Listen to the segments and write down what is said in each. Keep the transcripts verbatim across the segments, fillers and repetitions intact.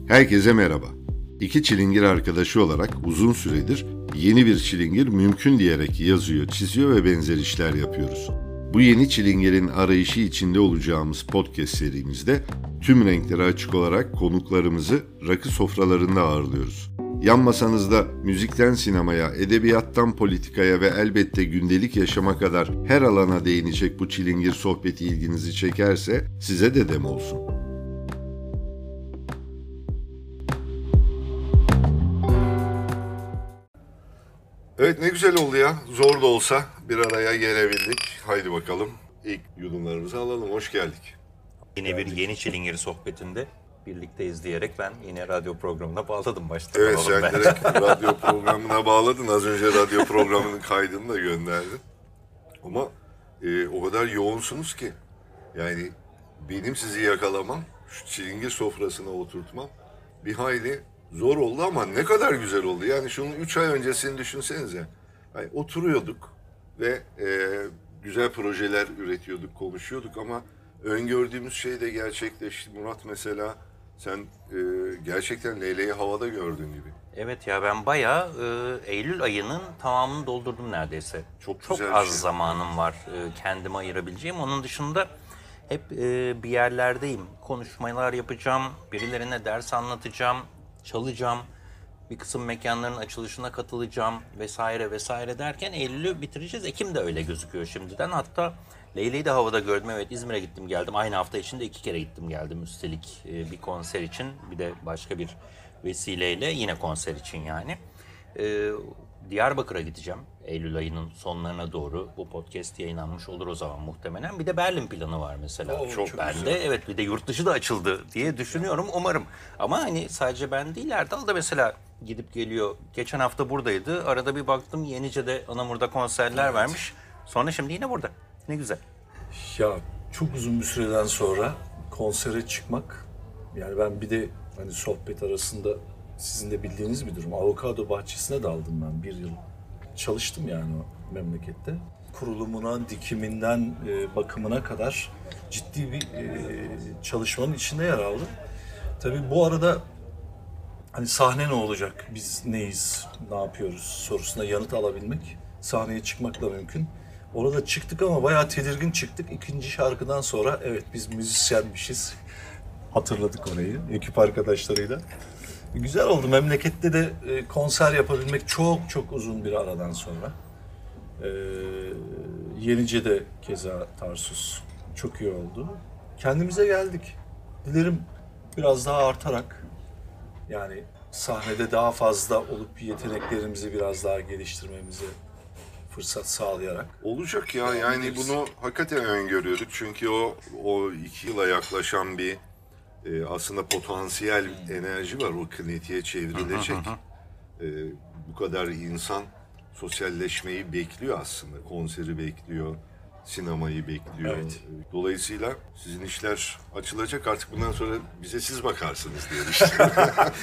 Herkese merhaba. İki çilingir arkadaşı olarak uzun süredir yeni bir çilingir mümkün diyerek yazıyor, çiziyor ve benzer işler yapıyoruz. Bu yeni çilingirin arayışı içinde olacağımız podcast serimizde tüm renklere açık olarak konuklarımızı rakı sofralarında ağırlıyoruz. Yan masanızda müzikten sinemaya, edebiyattan politikaya ve elbette gündelik yaşama kadar her alana değinecek bu çilingir sohbeti ilginizi çekerse size de dem olsun. Evet, ne güzel oldu ya. Zor da olsa bir araya gelebildik. Haydi bakalım ilk yudumlarımızı alalım. Hoş geldik. Yine geldik. Bir yeni çilingir sohbetinde birlikteyiz diyerek ben yine radyo programına bağladım başta. Evet, sen ben. direkt radyo programına bağladın. Az önce radyo programının kaydını da gönderdin. Ama e, o kadar yoğunsunuz ki. Yani benim sizi yakalamam, şu çilingir sofrasına oturtmam bir hayli zor oldu ama ne kadar güzel oldu. Yani şunun üç ay öncesini düşünsenize. Yani oturuyorduk ve e, güzel projeler üretiyorduk, konuşuyorduk ama öngördüğümüz şey de gerçekleşti. Murat mesela sen e, gerçekten leyleği havada gördüğün gibi. Evet ya, ben bayağı e, Eylül ayının tamamını doldurdum neredeyse. Çok, Çok az şey. zamanım var e, kendime ayırabileceğim. Onun dışında hep e, bir yerlerdeyim. Konuşmalar yapacağım, birilerine ders anlatacağım, çalacağım, bir kısım mekanların açılışına katılacağım vesaire vesaire derken Eylül'ü bitireceğiz. Ekim de öyle gözüküyor şimdiden. Hatta Leyle'yi de havada gördüm. Evet, İzmir'e gittim geldim. Aynı hafta içinde iki kere gittim geldim üstelik e, bir konser için. Bir de başka bir vesileyle yine konser için yani. E, Diyarbakır'a gideceğim Eylül ayının sonlarına doğru. Bu podcast yayınlanmış olur o zaman muhtemelen. Bir de Berlin planı var mesela. Oo, çok ben güzel. de evet, bir de yurt dışı da açıldı diye düşünüyorum umarım. Ama hani sadece ben değil, Erdal da mesela gidip geliyor. Geçen hafta buradaydı. Arada bir baktım Yenice'de, Anamur'da konserler evet. vermiş. Sonra şimdi yine burada. Ne güzel. Ya çok uzun bir süreden sonra konsere çıkmak, yani ben bir de hani sohbet arasında sizin de bildiğiniz bir durum. Avokado bahçesine daldım ben bir yıl. Çalıştım yani o memlekette. Kurulumuna, dikiminden, e, bakımına kadar ciddi bir e, çalışmanın içinde yer aldım. Tabii bu arada hani sahne ne olacak, biz neyiz, ne yapıyoruz sorusuna yanıt alabilmek, sahneye çıkmakla mümkün. Orada çıktık ama bayağı tedirgin çıktık. İkinci şarkıdan sonra evet biz müzisyenmişiz. Hatırladık orayı ekip arkadaşlarıyla. Güzel oldu. Memlekette de e, konser yapabilmek çok çok uzun bir aradan sonra. E, Yenice'de keza Tarsus çok iyi oldu. Kendimize geldik. Dilerim biraz daha artarak, yani sahnede daha fazla olup yeteneklerimizi biraz daha geliştirmemizi fırsat sağlayarak. Olacak ya, yani bunu hakikaten öngörüyorduk çünkü o o iki yıla yaklaşan bir e, aslında potansiyel hmm. enerji var, o kinetiğe çevrilecek. e, bu kadar insan sosyalleşmeyi bekliyor aslında, konseri bekliyor, sinemayı bekliyor. Evet. Dolayısıyla sizin işler açılacak, artık bundan sonra bize siz bakarsınız diye düşünüyorum.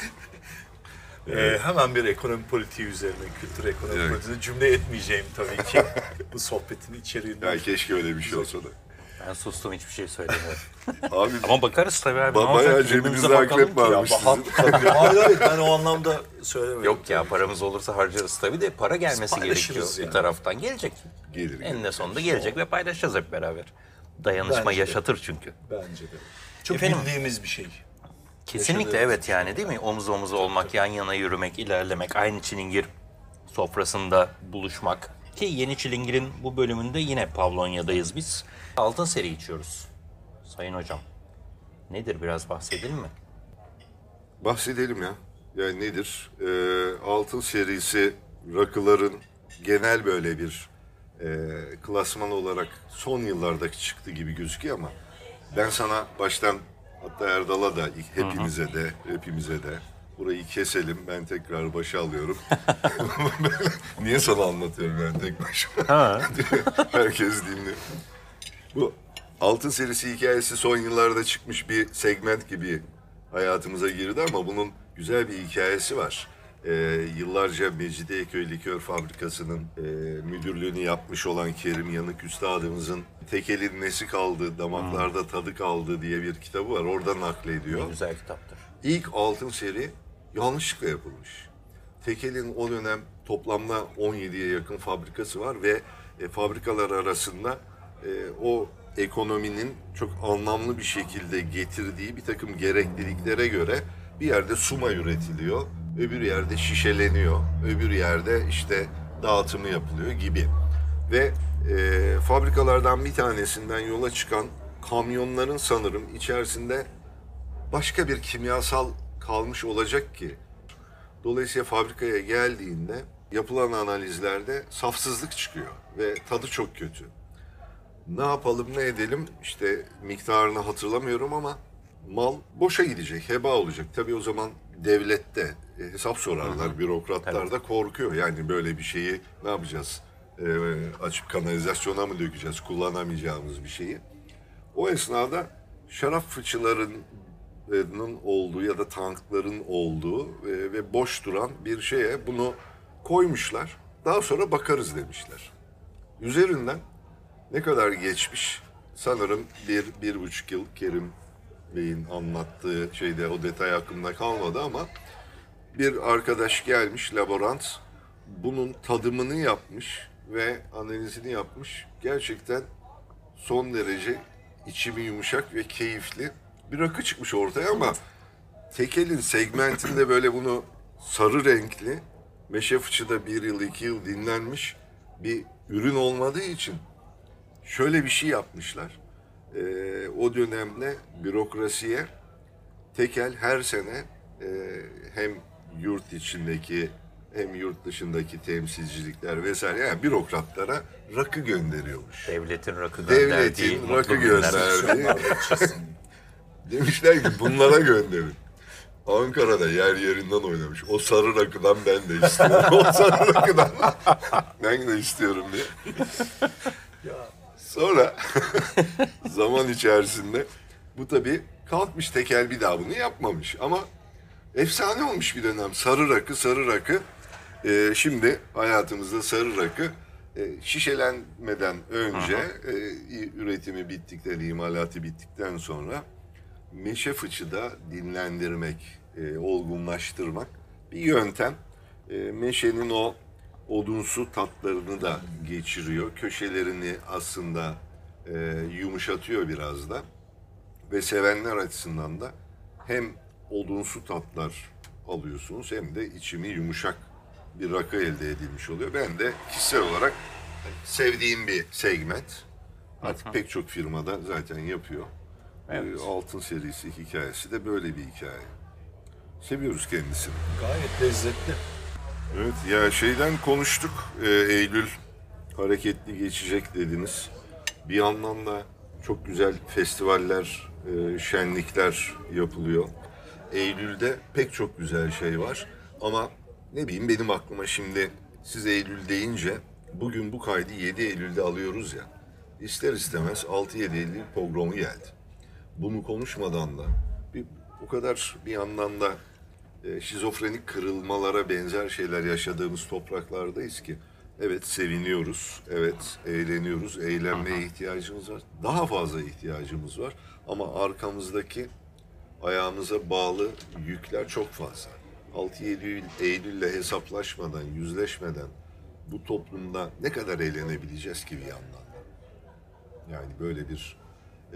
Evet. Ee, hemen bir ekonomi politiği üzerine, kültür ekonomi evet. politiğine cümle etmeyeceğim tabii ki bu sohbetin içeriğinden. Ya keşke öyle bir şey olsa da. Ben sustum, hiçbir şey söylemiyorum. Abi, ama bakarız tabii abi. Ba- bayağı cebinizde akrep varmış ya, sizin. Tabii, hayır hayır, ben o anlamda söylemiyorum. Yok ya, paramız olursa harcarız tabii de para gelmesi gerekiyor yani. Bir taraftan. Gelecek. Gelir. Eninde sonunda gelecek ve paylaşacağız hep beraber. Dayanışma Bence yaşatır de. çünkü. Bence de. Çok Efendim, bildiğimiz bir şey. Kesinlikle evet yani, değil mi? Omuz omuza olmak, tabii. yan yana yürümek, ilerlemek, aynı çilingir sofrasında buluşmak. Ki yeni çilingirin bu bölümünde yine Pavlonya'dayız biz. Altın seri içiyoruz. Sayın hocam. Nedir, biraz bahsedelim mi? Bahsedelim ya. Yani nedir? Ee, altın serisi rakıların genel böyle bir e, klasman olarak son yıllardaki çıktı gibi gözüküyor ama ben sana baştan, hatta Erdal'a da, hepimize de, hepimize de burayı keselim, ben tekrar başa alıyorum. Niye sana anlatıyorum ben tek başıma? Herkes dinliyor. Bu altın serisi hikayesi son yıllarda çıkmış bir segment gibi hayatımıza girdi ama bunun güzel bir hikayesi var. Ee, yıllarca Mecidiyeköy Likör Fabrikası'nın e, müdürlüğünü yapmış olan Kerim Yanık Üstadımızın "Tek elin nesi kaldı, damaklarda tadı kaldı" diye bir kitabı var. Oradan naklediyor. Ne güzel kitaptır. ilk altın seri yanlışlıkla yapılmış. Tekel'in o dönem toplamda on yediye yakın fabrikası var ve e, fabrikalar arasında e, o ekonominin çok anlamlı bir şekilde getirdiği bir takım gerekliliklere göre bir yerde suma üretiliyor, öbür yerde şişeleniyor, öbür yerde işte dağıtımı yapılıyor gibi. Ve e, fabrikalardan bir tanesinden yola çıkan kamyonların sanırım içerisinde başka bir kimyasal kalmış olacak ki. Dolayısıyla fabrikaya geldiğinde yapılan analizlerde safsızlık çıkıyor ve tadı çok kötü. Ne yapalım ne edelim işte miktarını hatırlamıyorum ama mal boşa gidecek, heba olacak. Tabii o zaman devlette e, hesap sorarlar, hı hı. Bürokratlar evet. da korkuyor. Yani böyle bir şeyi ne yapacağız? E, açıp kanalizasyona mı dökeceğiz? Kullanamayacağımız bir şeyi. O esnada şarap fıçılarının olduğu ya da tankların olduğu e, ve boş duran bir şeye bunu koymuşlar. Daha sonra bakarız demişler. Üzerinden ne kadar geçmiş? Sanırım bir, bir buçuk yıl Kerim Bey'in anlattığı şeyde o detay aklımda kalmadı ama bir arkadaş gelmiş, laborant, bunun tadımını yapmış ve analizini yapmış. Gerçekten son derece içimi yumuşak ve keyifli bir rakı çıkmış ortaya ama Tekel'in segmentinde böyle bunu sarı renkli, meşe fıçıda bir yıl, iki yıl dinlenmiş bir ürün olmadığı için şöyle bir şey yapmışlar. Ee, o dönemde bürokrasiye Tekel her sene e, hem yurt içindeki hem yurt dışındaki temsilcilikler vesaire yani bürokratlara rakı gönderiyormuş. Devletin rakı gönderdiği. Devletin rakı gönderdiği. Demişler ki bunlara gönderin. Ankara'da yer yerinden oynamış. O sarı rakıdan ben de istiyorum. O sarı rakıdan ben de istiyorum diye. Sonra zaman içerisinde bu tabii kalkmış Tekel bir daha bunu yapmamış. Ama efsane olmuş bir dönem. Sarı rakı, sarı rakı. Ee, şimdi hayatımızda sarı rakı e, şişelenmeden önce e, üretimi bittikten, imalatı bittikten sonra meşe fıçıda dinlendirmek, e, olgunlaştırmak bir yöntem. E, meşenin o odunsu tatlarını da geçiriyor. Köşelerini aslında e, yumuşatıyor biraz da. Ve sevenler açısından da hem odunsu tatlar alıyorsunuz hem de içimi yumuşak bir rakı elde edilmiş oluyor. Ben de kişisel olarak sevdiğim bir segment. Artık Hı-hı. pek çok firmada zaten yapıyor. Evet. Altın serisi hikayesi de böyle bir hikaye. Seviyoruz kendisini. Gayet lezzetli. Evet ya şeyden konuştuk. Ee, Eylül hareketli geçecek dediniz. Bir yandan da çok güzel festivaller, e, şenlikler yapılıyor. Eylül'de pek çok güzel şey var. Ama ne bileyim benim aklıma şimdi siz Eylül deyince bugün bu kaydı yedi Eylül'de alıyoruz ya. İster istemez altı yedi Eylül pogromu geldi. Bunu konuşmadan da bir, o kadar bir yandan da e, şizofrenik kırılmalara benzer şeyler yaşadığımız topraklardayız ki evet seviniyoruz, evet eğleniyoruz, eğlenmeye ihtiyacımız var. Daha fazla ihtiyacımız var ama arkamızdaki ayağımıza bağlı yükler çok fazla. altı yedi Eylül'le hesaplaşmadan, yüzleşmeden bu toplumda ne kadar eğlenebileceğiz ki bir yandan da. Yani böyle bir e,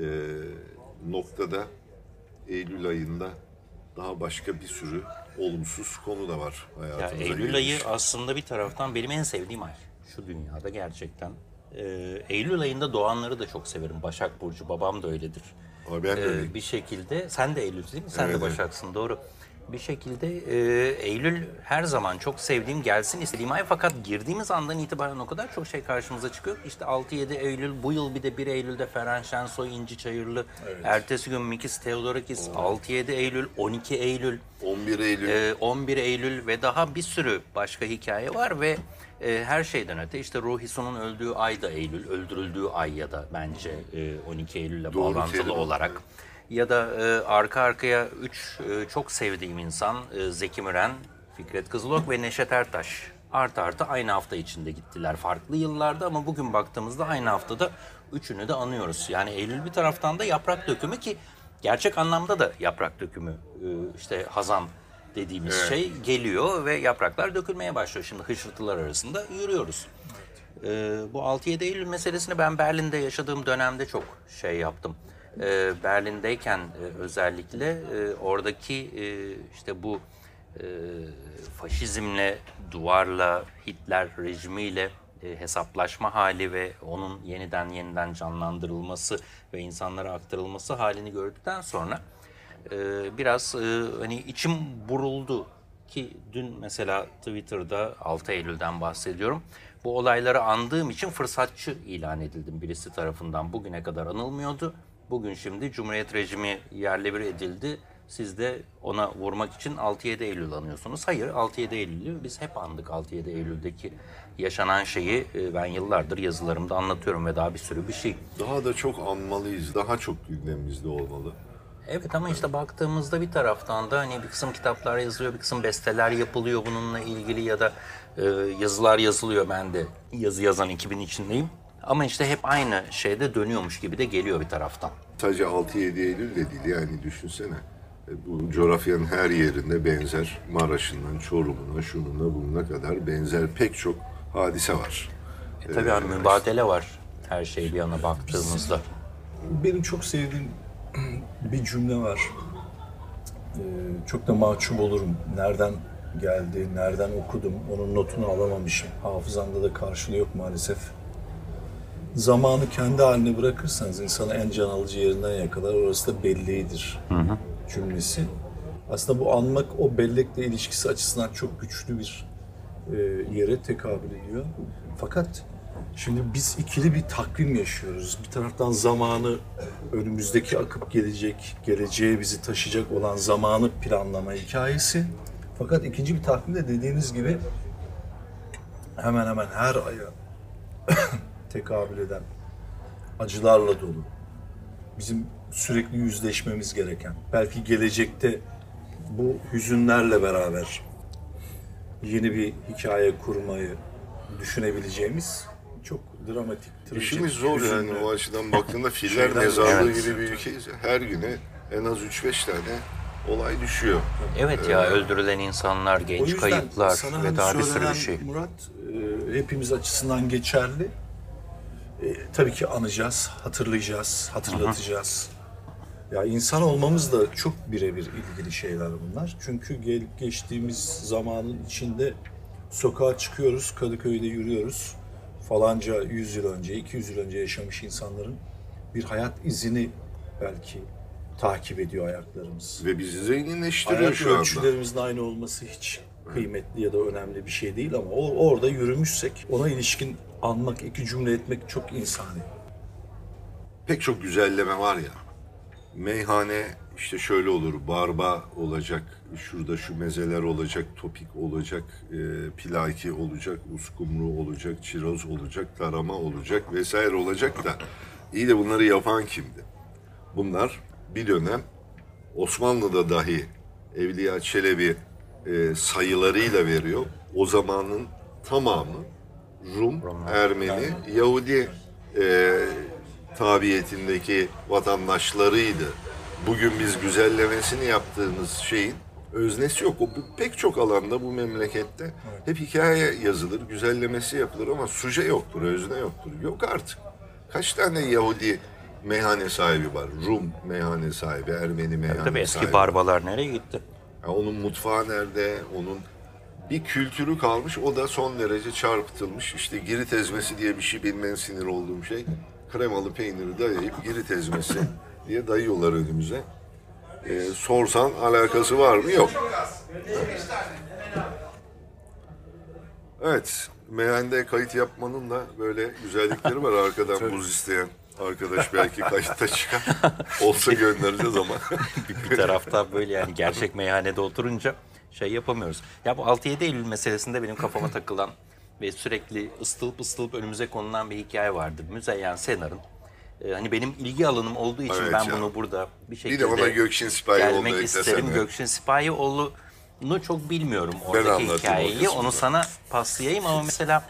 noktada Eylül ayında daha başka bir sürü olumsuz konu da var hayatımıza. Ya Eylül ayı aslında bir taraftan benim en sevdiğim ay şu dünyada gerçekten. Ee, Eylül ayında doğanları da çok severim. Başak Burcu, babam da öyledir. Ama ben de ee, bir şekilde, sen de Eylül değil mi? Sen evet, de Başak'sın, doğru. Bir şekilde e, Eylül her zaman çok sevdiğim, gelsin istediğim ay fakat girdiğimiz andan itibaren o kadar çok şey karşımıza çıkıyor. İşte altı yedi Eylül, bu yıl bir de bir Eylül'de Ferhan Şensoy, İnci Çayırlı, evet. Ertesi gün Mikis Theodorakis, oh. altı yedi Eylül, on iki Eylül, on bir Eylül, e, on bir Eylül ve daha bir sürü başka hikaye var ve e, her şeyden öte işte Ruhi Su'nun öldüğü ay da Eylül, öldürüldüğü ay ya da bence e, on iki Eylül'le bağlantılı olarak. Evet. Ya da e, arka arkaya üç e, çok sevdiğim insan e, Zeki Müren, Fikret Kızılok ve Neşet Ertaş art arta aynı hafta içinde gittiler. Farklı yıllarda ama bugün baktığımızda aynı haftada üçünü de anıyoruz. Yani Eylül bir taraftan da yaprak dökümü ki gerçek anlamda da yaprak dökümü, e, işte hazan dediğimiz evet. şey geliyor ve yapraklar dökülmeye başlıyor. Şimdi hışırtılar arasında yürüyoruz. Evet. E, bu altı yedi Eylül meselesini ben Berlin'de yaşadığım dönemde çok şey yaptım. E, Berlin'deyken e, özellikle e, oradaki e, işte bu e, faşizmle, duvarla, Hitler rejimiyle e, hesaplaşma hali ve onun yeniden yeniden canlandırılması ve insanlara aktarılması halini gördükten sonra e, biraz e, hani içim buruldu ki dün mesela Twitter'da altı Eylül'den bahsediyorum. Bu olayları andığım için fırsatçı ilan edildim birisi tarafından. Bugüne kadar anılmıyordu. Bugün şimdi Cumhuriyet rejimi yerle bir edildi. Siz de ona vurmak için altı yedi Eylül anıyorsunuz. Hayır, altı yedi Eylül'ü biz hep andık. altı yedi Eylül'deki yaşanan şeyi ben yıllardır yazılarımda anlatıyorum ve daha bir sürü bir şey. Daha da çok anmalıyız, daha çok gündemimizde olmalı. Evet ama işte baktığımızda bir taraftan da hani bir kısım kitaplar yazılıyor, bir kısım besteler yapılıyor bununla ilgili ya da e, yazılar yazılıyor. Ben de yazı yazan ekibin içindeyim. Ama işte hep aynı şeyde dönüyormuş gibi de geliyor bir taraftan. Sadece altı yedi Eylül de değil yani düşünsene. Bu coğrafyanın her yerinde benzer Maraş'ından Çorum'una, şununla bununa kadar benzer pek çok hadise var. E, tabii abi ee, mübadele var her şey bir yana baktığımızda. Benim çok sevdiğim bir cümle var. Ee, çok da mahcup olurum. Nereden geldi, nereden okudum, onun notunu alamamışım. Hafızamda da karşılığı yok maalesef. Zamanı kendi haline bırakırsanız insanı en can alıcı yerinden yakalar. Orası da belleğidir hı hı. cümlesi. Aslında bu anmak o bellekle ilişkisi açısından çok güçlü bir e, yere tekabül ediyor. Fakat şimdi biz ikili bir takvim yaşıyoruz. Bir taraftan zamanı, önümüzdeki akıp gelecek, geleceğe bizi taşıyacak olan zamanı planlama hikayesi. Fakat ikinci bir takvimde dediğiniz gibi hemen hemen her aya tekabül eden, acılarla dolu, bizim sürekli yüzleşmemiz gereken, belki gelecekte bu hüzünlerle beraber yeni bir hikaye kurmayı düşünebileceğimiz çok dramatik, trajik. İşimiz zor yani o açıdan baktığında filler mezarlığı evet. gibi bir ülkeyiz. Her güne en az üç beş tane olay düşüyor. Evet ee, ya öldürülen insanlar, genç kayıplar ve daha bir sürü şey. Murat e, hepimiz açısından geçerli. E, tabii ki anacağız, hatırlayacağız, hatırlatacağız. Hı hı. Ya insan olmamız da çok birebir ilgili şeyler bunlar. Çünkü gelip geçtiğimiz zamanın içinde sokağa çıkıyoruz, Kadıköy'de yürüyoruz. Falanca yüz yıl önce, iki yüz yıl önce yaşamış insanların bir hayat izini belki takip ediyor ayaklarımız. Ve bizi zenginleştiriyor şu anda. Ayak ölçülerimizin aynı olması hiç kıymetli ya da önemli bir şey değil ama o, orada yürümüşsek ona ilişkin anmak, iki cümle etmek çok insani. Pek çok güzelleme var ya. Meyhane işte şöyle olur, barba olacak, şurada şu mezeler olacak, topik olacak, e, pilaki olacak, uskumru olacak, çiroz olacak, tarama olacak vesaire olacak da iyi de bunları yapan kimdi? Bunlar bir dönem Osmanlı'da dahi Evliya Çelebi e, sayılarıyla veriyor. O zamanın tamamı Rum, Ermeni, Yahudi e, tabiyetindeki vatandaşlarıydı. Bugün biz güzellemesini yaptığımız şeyin öznesi yok. O pek çok alanda bu memlekette hep hikaye yazılır, güzellemesi yapılır ama suje yoktur, özne yoktur. Yok artık. Kaç tane Yahudi meyhane sahibi var? Rum meyhane sahibi, Ermeni meyhane tabii eski sahibi. Eski barbalar nereye gitti? Yani onun mutfağı nerede? Onun bir kültürü kalmış. O da son derece çarpıtılmış. İşte girit ezmesi diye bir şey, benim en sinir olduğum şey. Kremalı peyniri dayayıp girit ezmesi diye dayıyorlar önümüze. Ee, sorsan alakası var mı? Yok. Evet. Meyhanede kayıt yapmanın da böyle güzellikleri var. Arkadan buz isteyen arkadaş belki kayıtta çıkar. Olsa göndereceğiz ama. bir, bir tarafta böyle yani gerçek meyhanede oturunca şey yapamıyoruz. Ya bu altı yedi Eylül meselesinde benim kafama takılan ve sürekli ısıtılıp ısıtılıp önümüze konulan bir hikaye vardır. Müzeyyen Senar'ın. Ee, hani benim ilgi alanım olduğu için evet ben ya. bunu burada bir şekilde bir de bana Gökşin gelmek isterim. Gökşin Sipahioğlu'nu çok bilmiyorum oradaki hikayeyi. Onu sana paslayayım ama mesela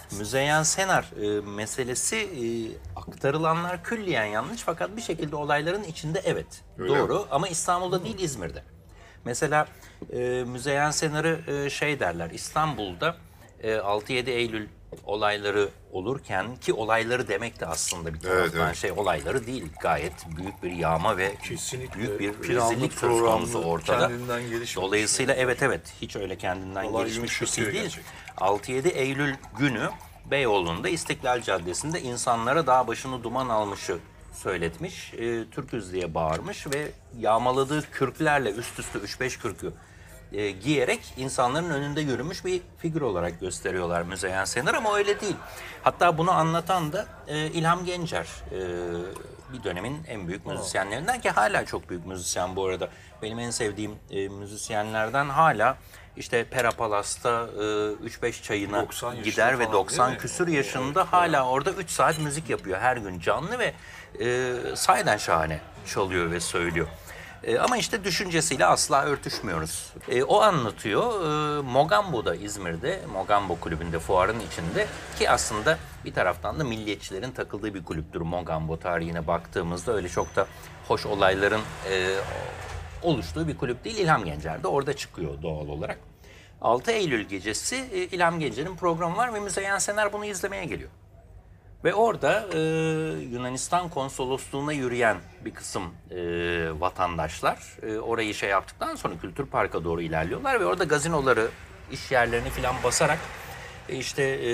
Müzeyyen Senar e, meselesi e, aktarılanlar külliyen yanlış fakat bir şekilde olayların içinde evet Öyle doğru mi? ama İstanbul'da değil İzmir'de. Mesela e, Müzeyyen Senar'ı e, şey derler İstanbul'da e, altı yedi Eylül olayları olurken ki olayları demek de aslında bir taraftan Evet, evet. şey olayları değil gayet büyük bir yağma ve Kesinlikle büyük bir planlı, rezillik söz programlı, konusu ortada. kendinden gelişmiş. Dolayısıyla evet evet hiç öyle kendinden Olay gelişmiş bir şey yumuşatıyor değil. gerçekten. altı yedi Eylül günü Beyoğlu'nda İstiklal Caddesi'nde insanlara dağ başını duman almışı söyletmiş. E, Türküz diye bağırmış ve yağmaladığı kürklerle üst üste üç beş kürkü e, giyerek insanların önünde yürümüş bir figür olarak gösteriyorlar Müzeyyen Senar ama öyle değil. Hatta bunu anlatan da e, İlham Gencer. E, bir dönemin en büyük müzisyenlerinden ki hala çok büyük müzisyen bu arada. Benim en sevdiğim e, müzisyenlerden hala işte Pera Palas'ta üç beş çayına doksan yaşında gider ve falan doksan değil mi? küsür yaşında hala orada üç saat müzik yapıyor her gün canlı ve e, sahiden şahane çalıyor ve söylüyor. E, ama işte düşüncesiyle asla örtüşmüyoruz. E, o anlatıyor. E, Mogambo'da İzmir'de, Mogambo kulübünde fuarın içinde ki aslında bir taraftan da milliyetçilerin takıldığı bir kulüptür. Mogambo tarihine baktığımızda öyle çok da hoş olayların e, oluştuğu bir kulüp değil. İlham Gencer de orada çıkıyor doğal olarak. altı Eylül gecesi e, İlham Gencer'in programı var ve Müzeyyen Senar bunu izlemeye geliyor. Ve orada e, Yunanistan konsolosluğuna yürüyen bir kısım e, vatandaşlar e, orayı şey yaptıktan sonra Kültür Park'a doğru ilerliyorlar ve orada gazinoları, iş yerlerini falan basarak e, işte e,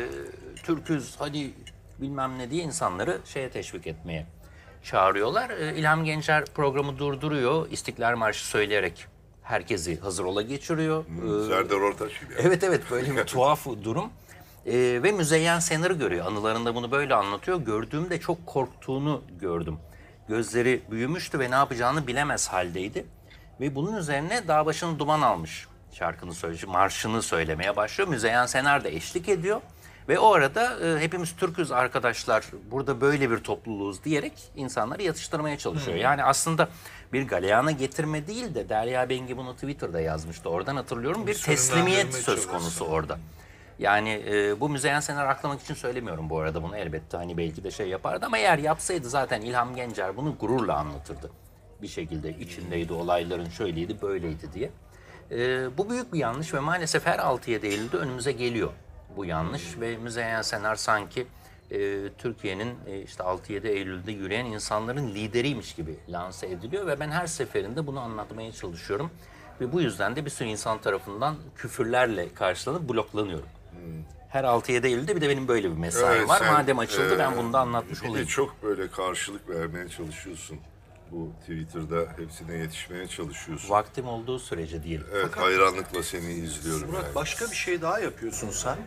Türküz hadi bilmem ne diye insanları şeye teşvik etmeye çağırıyorlar. E, İlham Gencer programı durduruyor, İstiklal Marşı söyleyerek herkesi hazır ola geçiriyor. E, Serdar Ortaç gibi. Evet evet böyle bir tuhaf durum. Ee, ve Müzeyyen Senar'ı görüyor. Anılarında bunu böyle anlatıyor. Gördüğümde çok korktuğunu gördüm. Gözleri büyümüştü ve ne yapacağını bilemez haldeydi. Ve bunun üzerine Dağ Başını Duman Almış şarkını söyleyecek, marşını söylemeye başlıyor. Müzeyyen Senar da eşlik ediyor. Ve o arada e, hepimiz Türküz arkadaşlar, burada böyle bir topluluğuz diyerek insanları yatıştırmaya çalışıyor. Yani aslında bir galeyana getirme değil de Derya Bengi bunu Twitter'da yazmıştı. Oradan hatırlıyorum bir teslimiyet sönümlendirme söz çabası. konusu orada. Yani e, bu Müzeyyen Senar aklamak için söylemiyorum bu arada bunu elbette hani belki de şey yapardı ama eğer yapsaydı zaten İlham Gencer bunu gururla anlatırdı. Bir şekilde içindeydi olayların şöyleydi böyleydi diye. E, bu büyük bir yanlış ve maalesef her altı yedi Eylül'de önümüze geliyor bu yanlış ve Müzeyyen Senar sanki e, Türkiye'nin e, işte altı yedi Eylül'de yürüyen insanların lideriymiş gibi lanse ediliyor ve ben her seferinde bunu anlatmaya çalışıyorum. Ve bu yüzden de bir sürü insan tarafından küfürlerle karşılanıp bloklanıyorum. Her altı yedi Eylül'de bir de benim böyle bir mesaim Evet, var. sen, Madem açıldı e, ben bunu da anlatmış bir de olayım. çok böyle karşılık vermeye çalışıyorsun. Bu Twitter'da hepsine yetişmeye çalışıyorsun. Vaktim olduğu sürece diyelim. Evet, hayranlıkla seni izliyorum. Murat yani. başka bir şey daha yapıyorsun sen.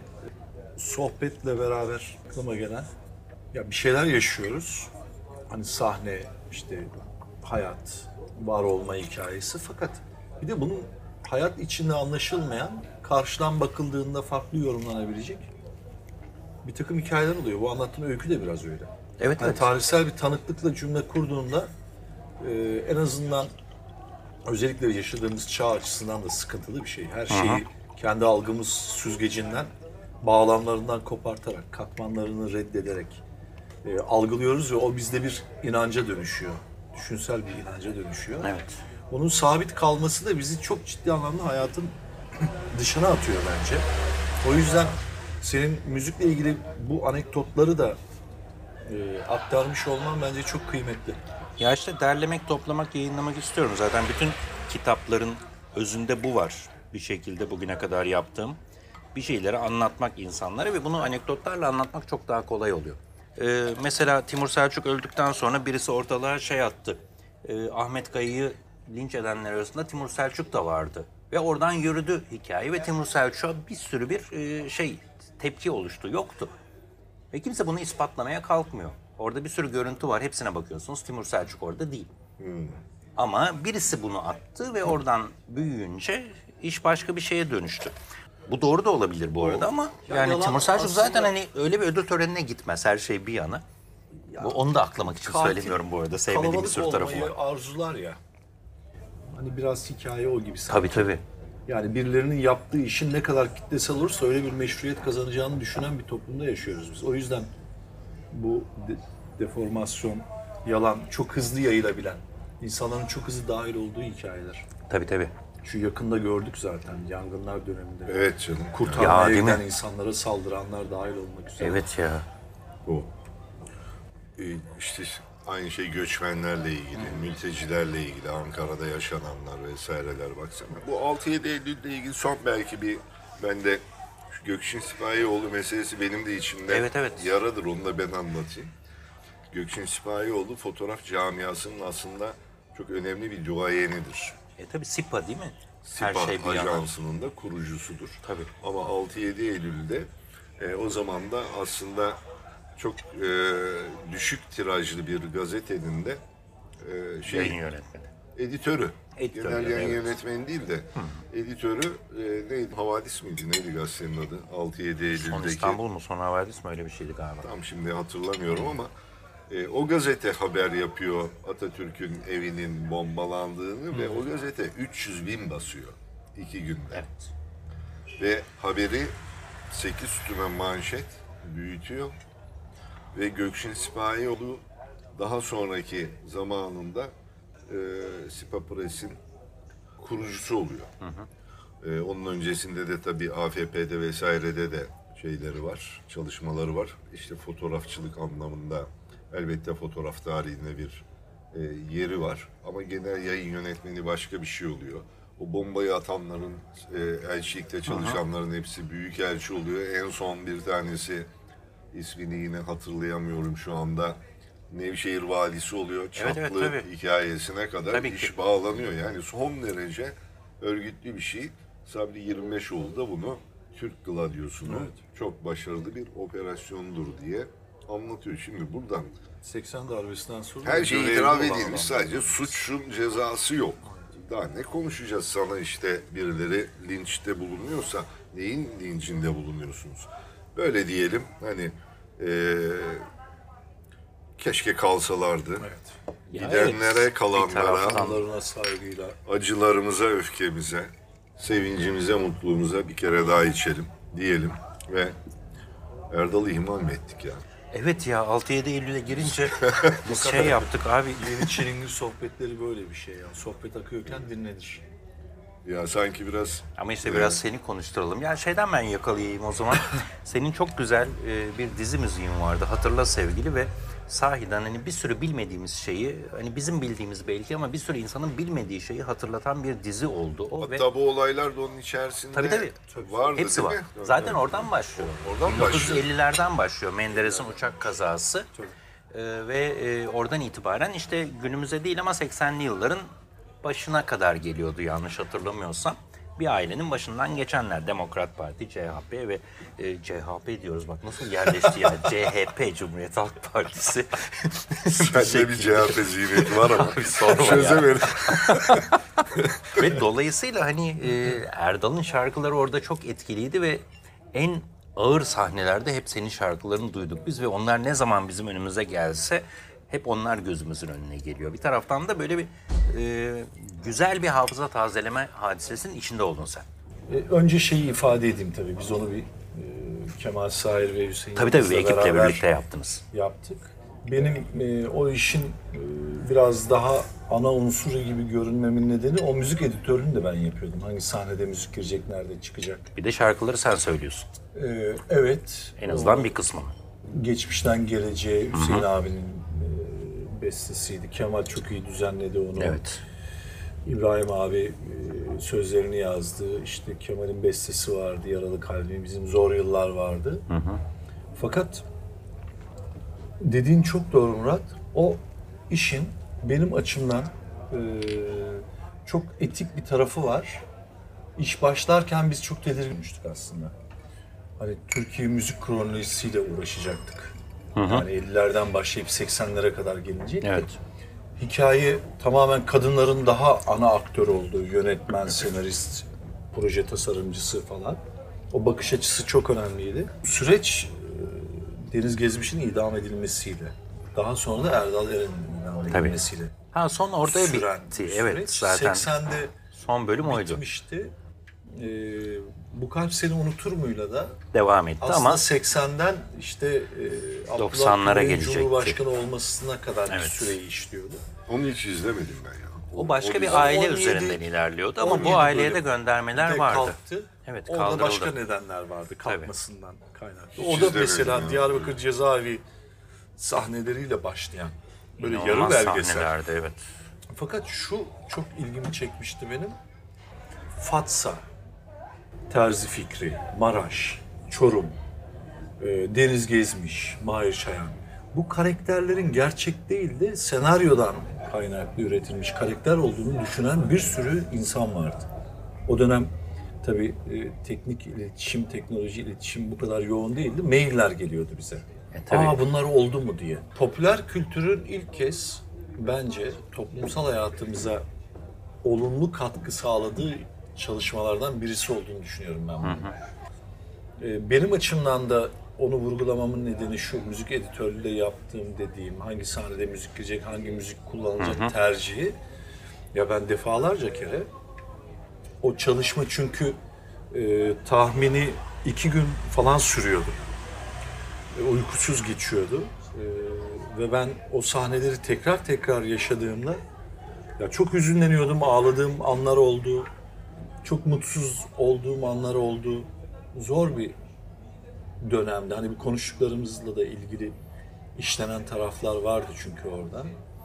Sohbetle beraber aklıma gelen. Ya bir şeyler yaşıyoruz. Hani sahne, işte hayat, var olma hikayesi. Fakat bir de bunun hayat içinde anlaşılmayan, karşıdan bakıldığında farklı yorumlanabilecek bir takım hikayeler oluyor. Bu anlattığın öykü de biraz öyle. Evet, Hani evet. tarihsel bir tanıklıkla cümle kurduğunda e, en azından özellikle yaşadığımız çağ açısından da sıkıntılı bir şey. Her şeyi kendi algımız süzgecinden, bağlamlarından kopartarak, katmanlarını reddederek e, algılıyoruz ve o bizde bir inanca dönüşüyor. Düşünsel bir inanca dönüşüyor. Evet. Bunun sabit kalması da bizi çok ciddi anlamda hayatın dışına atıyor bence. O yüzden senin müzikle ilgili bu anekdotları da e, aktarmış olman bence çok kıymetli. Ya işte derlemek, toplamak, yayınlamak istiyorum. Zaten bütün kitapların özünde bu var. Bir şekilde bugüne kadar yaptığım bir şeyleri anlatmak insanlara ve bunu anekdotlarla anlatmak çok daha kolay oluyor. Ee, mesela Timur Selçuk öldükten sonra birisi ortalığa şey attı. Ee, Ahmet Kayı'yı linç edenler arasında Timur Selçuk da vardı. Ve oradan yürüdü hikaye ve Timur Selçuk'a bir sürü bir e, şey tepki oluştu. Yoktu. Ve kimse bunu ispatlamaya kalkmıyor. Orada bir sürü görüntü var. Hepsine bakıyorsunuz. Timur Selçuk orada değil. Ama birisi bunu attı ve oradan büyüyünce iş başka bir şeye dönüştü. Bu doğru da olabilir bu arada ama Ya yani yalan Timur Selçuk aslında- zaten hani öyle bir ödül törenine gitmez her şey bir yana. Bu, onu da aklamak için Katil, söylemiyorum bu arada. Sevmediğim bir sürü kalabalık tarafı var. olmayı arzular ya. Hani biraz hikaye o gibi sanki. Tabii tabii. Yani birilerinin yaptığı işin ne kadar kitlesel olursa öyle bir meşruiyet kazanacağını düşünen bir toplumda yaşıyoruz biz. O yüzden bu de- deformasyon, yalan çok hızlı yayılabilen, insanların çok hızlı dahil olduğu hikayeler. Tabii tabii. Şu yakında gördük zaten yangınlar döneminde. Evet canım. Ya, Kurtarmaya değil giden mi? insanlara saldıranlar dahil olmak üzere. Evet ya. Bu. Ee, işte aynı şey göçmenlerle ilgili, mültecilerle ilgili, Ankara'da yaşananlar vesaireler baksana. Bu altı yedi Eylül'le ilgili son belki bir, ben de şu Gökçin Sipahioğlu meselesi benim de içimde Evet, evet. yaradır, onu da ben anlatayım. Gökçin Sipahioğlu fotoğraf camiasının aslında çok önemli bir duayenidir. E tabii SİPA değil mi? Sipah Her şey bir yana. Ajansı'nın da kurucusudur. Tabii. Ama altı yedi Eylül'de e, o zaman da aslında çok e, düşük tirajlı bir gazetenin de e, şey, Yayın yönetmeni. editörü. Editörü, Genel yayın evet. yönetmeni değil de editörü e, neydi? Havadis miydi? Neydi gazetenin adı? altı yedi Son Eylül'deki. İstanbul mu? Son Havadis mi? Öyle bir şeydi galiba. Tam şimdi hatırlamıyorum ama e, o gazete haber yapıyor Atatürk'ün evinin bombalandığını ve o gazete üç yüz bin basıyor iki günde. Evet. Ve haberi sekiz sütuna manşet büyütüyor ve Gökçin Sipahioğlu daha sonraki zamanında e, Sipa Press'in kurucusu oluyor. Hı hı. E, onun öncesinde de tabii A F P'de vesairede de şeyleri var, çalışmaları var. İşte fotoğrafçılık anlamında elbette fotoğraf tarihinde bir e, yeri var. Ama genel yayın yönetmeni başka bir şey oluyor. O bombayı atanların, e, elçilikte çalışanların hepsi büyükelçi oluyor. En son bir tanesi, ismini yine hatırlayamıyorum şu anda, Nevşehir valisi oluyor. Çatlı evet, tabii. hikayesine kadar Tabii iş ki. bağlanıyor. Yani son derece örgütlü bir şey. Sabri yirmi beşoğlu da bunu Türk Gladyosunu çok başarılı bir operasyondur diye anlatıyor. Şimdi buradan seksen darbesinden sonra her şey görevli itiraf olan edilmiş, adamlar. sadece suçun cezası yok. Daha ne konuşacağız, sana işte birileri linçte bulunuyorsa neyin lincinde bulunuyorsunuz? Böyle diyelim, hani eee, keşke kalsalardı. Evet. Ya Gidenlere, evet, bir kalanlara, taraftan- Anılarına saygıyla. acılarımıza, öfkemize, sevincimize, mutluluğumuza bir kere daha içelim diyelim ve Erdal'ı ihmal mi ettik ya? Evet ya, altı yedi Eylül'e girince biz şey yaptık abi. Yeni Çilingir sohbetleri böyle bir şey ya. Sohbet akıyorken dinlenir. Ya sanki biraz Ama işte biraz seni konuşturalım. Ya şeyden ben yakalayayım o zaman. Senin çok güzel e, bir dizi müziğin vardı. Hatırla Sevgili ve sahiden hani bir sürü bilmediğimiz şeyi, hani bizim bildiğimiz belki ama bir sürü insanın bilmediği şeyi hatırlatan bir dizi oldu o ve hatta bu olaylar da onun içerisinde Tabii, tabii. vardı, hepsi değil var. mi? Zaten oradan başlıyor. Oradan bin dokuz yüz ellilerden başlıyor Menderes'in uçak kazası. Ee, ve e, oradan itibaren işte günümüze değil ama seksenli yılların başına kadar geliyordu yanlış hatırlamıyorsam. Bir ailenin başından geçenler. Demokrat Parti, C H P ve e, C H P diyoruz bak nasıl yerleşti ya. C H P, Cumhuriyet Halk Partisi. Sende bir C H P zihniyeti var ama sorma ya. çözemedim. Ve dolayısıyla hani e, Erdal'ın şarkıları orada çok etkiliydi ve en ağır sahnelerde hep senin şarkılarını duyduk biz ve onlar ne zaman bizim önümüze gelse hep onlar gözümüzün önüne geliyor. Bir taraftan da böyle bir e, güzel bir hafıza tazeleme hadisesinin içinde oldun sen. E, önce şeyi ifade edeyim tabii. Biz onu bir e, Kemal Sahir ve Hüseyin Tabii tabii bir Yıldız'la ekiple beraber birlikte yaptınız. yaptık. Benim e, o işin e, biraz daha ana unsuru gibi görünmemin nedeni o müzik editörünü de ben yapıyordum. Hangi sahnede müzik girecek, nerede çıkacak. Bir de şarkıları sen söylüyorsun. E, evet. En azından bir kısmını. Geçmişten Geleceğe Hüseyin abinin e, bestesiydi. Kemal çok iyi düzenledi onu. Evet. İbrahim abi e, sözlerini yazdı. İşte Kemal'in bestesi vardı, Yaralı Kalbim. Bizim Zor Yıllar vardı. Hı hı. Fakat dediğin çok doğru Murat. O işin benim açımdan e, çok etik bir tarafı var. İş başlarken biz çok tedirginmiştik aslında. Hani Türkiye müzik kronolojisiyle uğraşacaktık. Hı hı. Yani ellilerden başlayıp seksenlere kadar gelince. Evet. Hikaye tamamen kadınların daha ana aktör olduğu, yönetmen, senarist, proje tasarımcısı falan. O bakış açısı çok önemliydi. Süreç e, Deniz Gezmiş'in idam edilmesiyle, daha sonra da Erdal Eren'in idam edilmesiyle Ha son ortaya süren bitti. bir Evet süreç. zaten seksende son bölüm oydu. bitmişti. e, Bu Kalp Seni Unutur mu'yla da Devam etti aslında ama seksenden işte e, Abdullah doksanlara Gül'ün gelecekti. Cumhurbaşkanı olmasına kadar Evet. bir süreyi işliyordu. Onu hiç izlemedim ben ya. o başka o bir dizi- aile on yedi üzerinden ilerliyordu ama on yedi bu aileye de bölüm. göndermeler Bir de vardı. kalktı. Evet, Orada kaldırıldı. başka nedenler vardı kalkmasından kaynaklı. Hiç O da izlemedim mesela ya. Diyarbakır Cezaevi sahneleriyle başlayan böyle İnanılmaz yarı belgesel. sahnelerde, evet. Fakat şu çok ilgimi çekmişti benim. Fatsa, Terzi Fikri, Maraş, Çorum, e, Deniz Gezmiş, Mahir Çayan. Bu karakterlerin gerçek değil de senaryodan kaynaklı üretilmiş karakter olduğunu düşünen bir sürü insan vardı. O dönem tabii e, teknik iletişim, teknoloji iletişim bu kadar yoğun değildi. Mailler geliyordu bize. E, tabii. Aa bunlar oldu mu diye. Popüler kültürün ilk kez bence toplumsal hayatımıza olumlu katkı sağladığı çalışmalardan birisi olduğunu düşünüyorum ben bunu. Ee, Benim açımdan da onu vurgulamamın nedeni şu, müzik editörlüğü de yaptığım dediğim, hangi sahnede müzik girecek, hangi müzik kullanılacak tercihi. Ya ben defalarca kere o çalışma çünkü e, tahmini iki gün falan sürüyordu. E, uykusuz geçiyordu. E, ve ben o sahneleri tekrar tekrar yaşadığımda ya çok hüzünleniyordum, ağladığım anlar oldu. Çok mutsuz olduğum anlar oldu. Zor bir dönemde. Hani bir konuştuklarımızla da ilgili işlenen taraflar vardı çünkü orada.